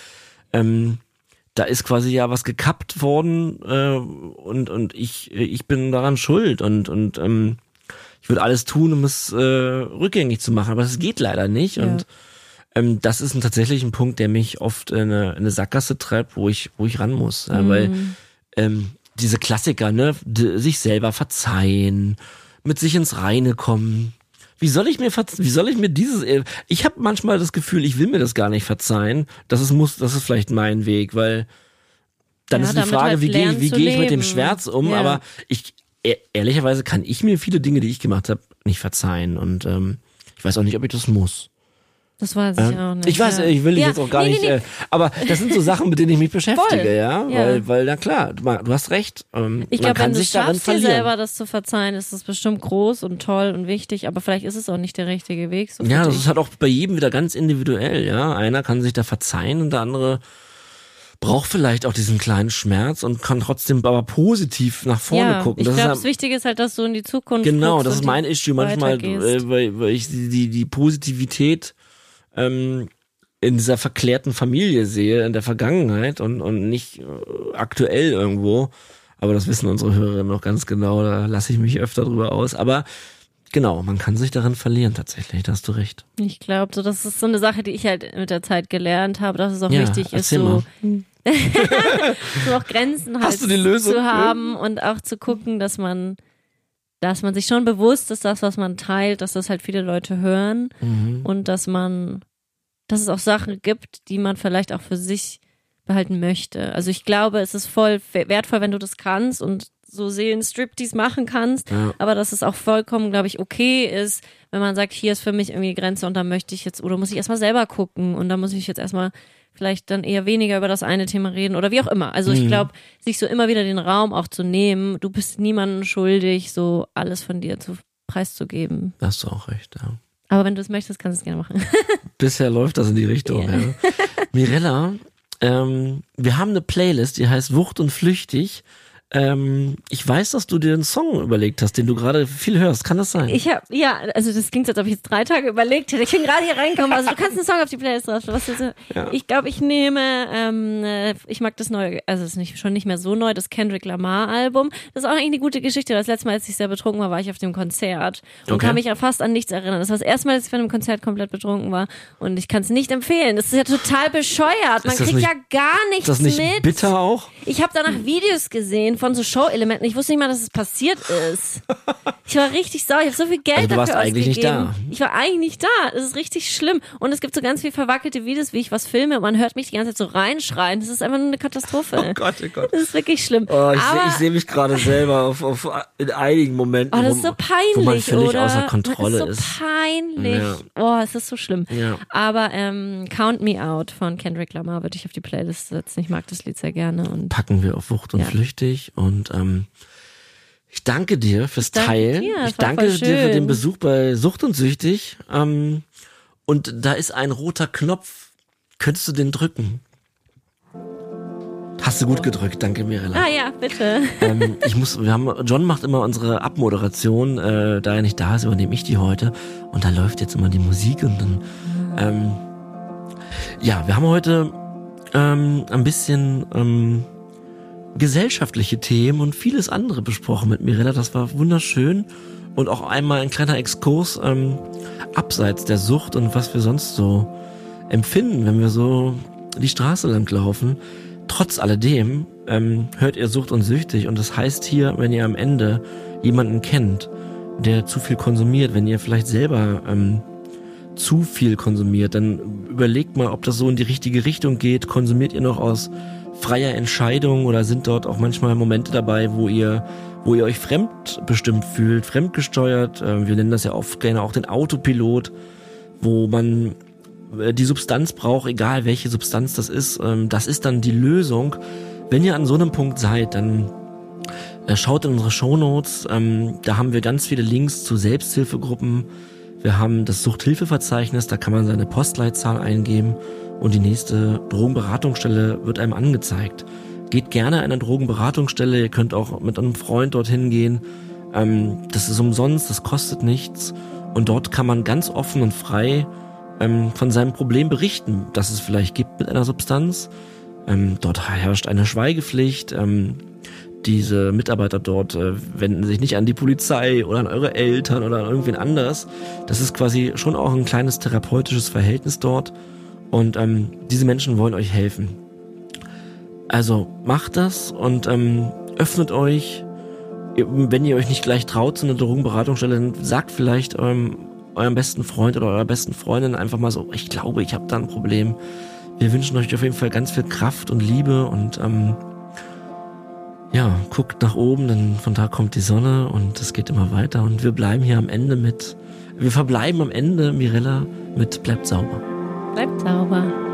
S1: da ist quasi ja was gekappt worden und ich bin daran schuld und ich würde alles tun, um es rückgängig zu machen, aber das geht leider nicht. Ja. Und das ist tatsächlich ein Punkt, der mich oft in eine Sackgasse treibt, wo ich ran muss. Weil diese Klassiker, sich selber verzeihen, mit sich ins Reine kommen. Wie soll ich mir dieses, ich habe manchmal das Gefühl, ich will mir das gar nicht verzeihen. Das ist vielleicht mein Weg, weil dann ist die Frage,
S2: halt
S1: wie gehe ich mit dem Schmerz um, aber ehrlicherweise kann ich mir viele Dinge, die ich gemacht habe, nicht verzeihen und ich weiß auch nicht, ob ich das muss.
S2: Das weiß ich auch nicht.
S1: Ich weiß, ich will dich jetzt auch gar nicht, aber das sind so Sachen, mit denen ich mich beschäftige,
S2: voll.
S1: Ja? Weil na klar, du hast recht.
S2: Ich glaube, wenn du schaffst, dir selber das zu verzeihen, ist das bestimmt groß und toll und wichtig, aber vielleicht ist es auch nicht der richtige Weg. So
S1: ja, das ist halt auch bei jedem wieder ganz individuell, ja. Einer kann sich da verzeihen und der andere braucht vielleicht auch diesen kleinen Schmerz und kann trotzdem aber positiv nach vorne gucken.
S2: Ich glaube, das Wichtige ist halt, dass du in die Zukunft
S1: genau, das ist mein Issue manchmal, weil ich die Positivität in dieser verklärten Familie sehe, in der Vergangenheit und nicht aktuell irgendwo. Aber das wissen unsere Hörerinnen noch ganz genau, da lasse ich mich öfter drüber aus. Aber genau, man kann sich darin verlieren tatsächlich, da hast du recht.
S2: Ich glaube, so, das ist so eine Sache, die ich halt mit der Zeit gelernt habe, dass es auch wichtig ist, so auch Grenzen halt zu haben und auch zu gucken, dass man sich schon bewusst ist, das, was man teilt, dass das halt viele Leute hören und dass es auch Sachen gibt, die man vielleicht auch für sich behalten möchte. Also ich glaube, es ist voll wertvoll, wenn du das kannst und so Seelenstriptease machen kannst, aber dass es auch vollkommen, glaube ich, okay ist, wenn man sagt, hier ist für mich irgendwie Grenze und da möchte ich jetzt, oder muss ich erstmal selber gucken und da muss ich jetzt erstmal vielleicht dann eher weniger über das eine Thema reden oder wie auch immer. Also ich glaube, sich so immer wieder den Raum auch zu nehmen, du bist niemandem schuldig, so alles von dir zu preiszugeben.
S1: Da hast du auch recht, ja.
S2: Aber wenn du es möchtest, kannst du es gerne machen.
S1: Bisher läuft das in die Richtung, ja. Mirella, wir haben eine Playlist, die heißt Wucht und Flüchtig. Ich weiß, dass du dir einen Song überlegt hast, den du gerade viel hörst. Kann das sein?
S2: Also das klingt, als ob ich jetzt 3 Tage überlegt hätte. Ich bin gerade hier reingekommen. Also du kannst einen Song auf die Playlist drauf. Ich glaube, ich nehme, ich mag das neue, also es ist schon nicht mehr so neu, das Kendrick Lamar Album. Das ist auch eigentlich eine gute Geschichte. Das letzte Mal, als ich sehr betrunken war ich auf dem Konzert und kann mich ja fast an nichts erinnern. Das war das erste Mal, dass ich von einem Konzert komplett betrunken war und ich kann es nicht empfehlen. Das ist ja total bescheuert. Man kriegt ja gar nichts mit.
S1: Ist das nicht bitter auch?
S2: Ich habe danach Videos gesehen von so Show-Elementen. Ich wusste nicht mal, dass es passiert ist. Ich war richtig sauer. Ich habe so viel Geld dafür ausgegeben.
S1: Eigentlich nicht da.
S2: Ich war eigentlich nicht da. Das ist richtig schlimm. Und es gibt so ganz viel verwackelte Videos, wie ich was filme und man hört mich die ganze Zeit so reinschreien. Das ist einfach nur eine Katastrophe.
S1: Oh Gott.
S2: Das ist wirklich schlimm.
S1: Oh, ich sehe mich gerade selber in einigen Momenten,
S2: das ist so peinlich,
S1: wo man völlig
S2: oder?
S1: außer Kontrolle ist.
S2: Das ist so peinlich. Ja. Oh, es ist so schlimm.
S1: Ja.
S2: Aber Count Me Out von Kendrick Lamar würde ich auf die Playlist setzen. Ich mag das Lied sehr gerne. Und
S1: packen wir auf Wucht und Flüchtig. Und ich danke dir fürs Teilen. Ich danke dir für den Besuch bei Sucht und Süchtig. Und da ist ein roter Knopf. Könntest du den drücken? Hast du gut gedrückt, danke Mirella.
S2: Ah ja, bitte.
S1: John macht immer unsere Abmoderation, da er nicht da ist, übernehme ich die heute. Und da läuft jetzt immer die Musik und dann, wir haben heute ein bisschen gesellschaftliche Themen und vieles andere besprochen mit Mirella. Das war wunderschön und auch einmal ein kleiner Exkurs abseits der Sucht und was wir sonst so empfinden, wenn wir so die Straße lang laufen. Trotz alledem hört ihr Sucht und Süchtig und das heißt hier, wenn ihr am Ende jemanden kennt, der zu viel konsumiert, wenn ihr vielleicht selber zu viel konsumiert, dann überlegt mal, ob das so in die richtige Richtung geht. Konsumiert ihr noch aus freier Entscheidung oder sind dort auch manchmal Momente dabei, wo ihr euch fremdbestimmt fühlt, fremdgesteuert? Wir nennen das ja oft gerne auch den Autopilot, wo man die Substanz braucht, egal welche Substanz das ist. Das ist dann die Lösung. Wenn ihr an so einem Punkt seid, dann schaut in unsere Shownotes. Da haben wir ganz viele Links zu Selbsthilfegruppen. Wir haben das Suchthilfeverzeichnis, da kann man seine Postleitzahl eingeben und die nächste Drogenberatungsstelle wird einem angezeigt. Geht gerne an eine Drogenberatungsstelle, ihr könnt auch mit einem Freund dorthin gehen. Das ist umsonst, das kostet nichts und dort kann man ganz offen und frei von seinem Problem berichten, das es vielleicht gibt mit einer Substanz. Dort herrscht eine Schweigepflicht. Diese Mitarbeiter dort wenden sich nicht an die Polizei oder an eure Eltern oder an irgendwen anders. Das ist quasi schon auch ein kleines therapeutisches Verhältnis dort. Und diese Menschen wollen euch helfen. Also macht das und öffnet euch. Wenn ihr euch nicht gleich traut zu einer Drogenberatungsstelle, dann sagt vielleicht eurem besten Freund oder eurer besten Freundin einfach mal so, ich glaube, ich habe da ein Problem. Wir wünschen euch auf jeden Fall ganz viel Kraft und Liebe und guckt nach oben, denn von da kommt die Sonne und es geht immer weiter und wir verbleiben am Ende, Mirella, mit bleibt sauber.
S2: Bleibt sauber.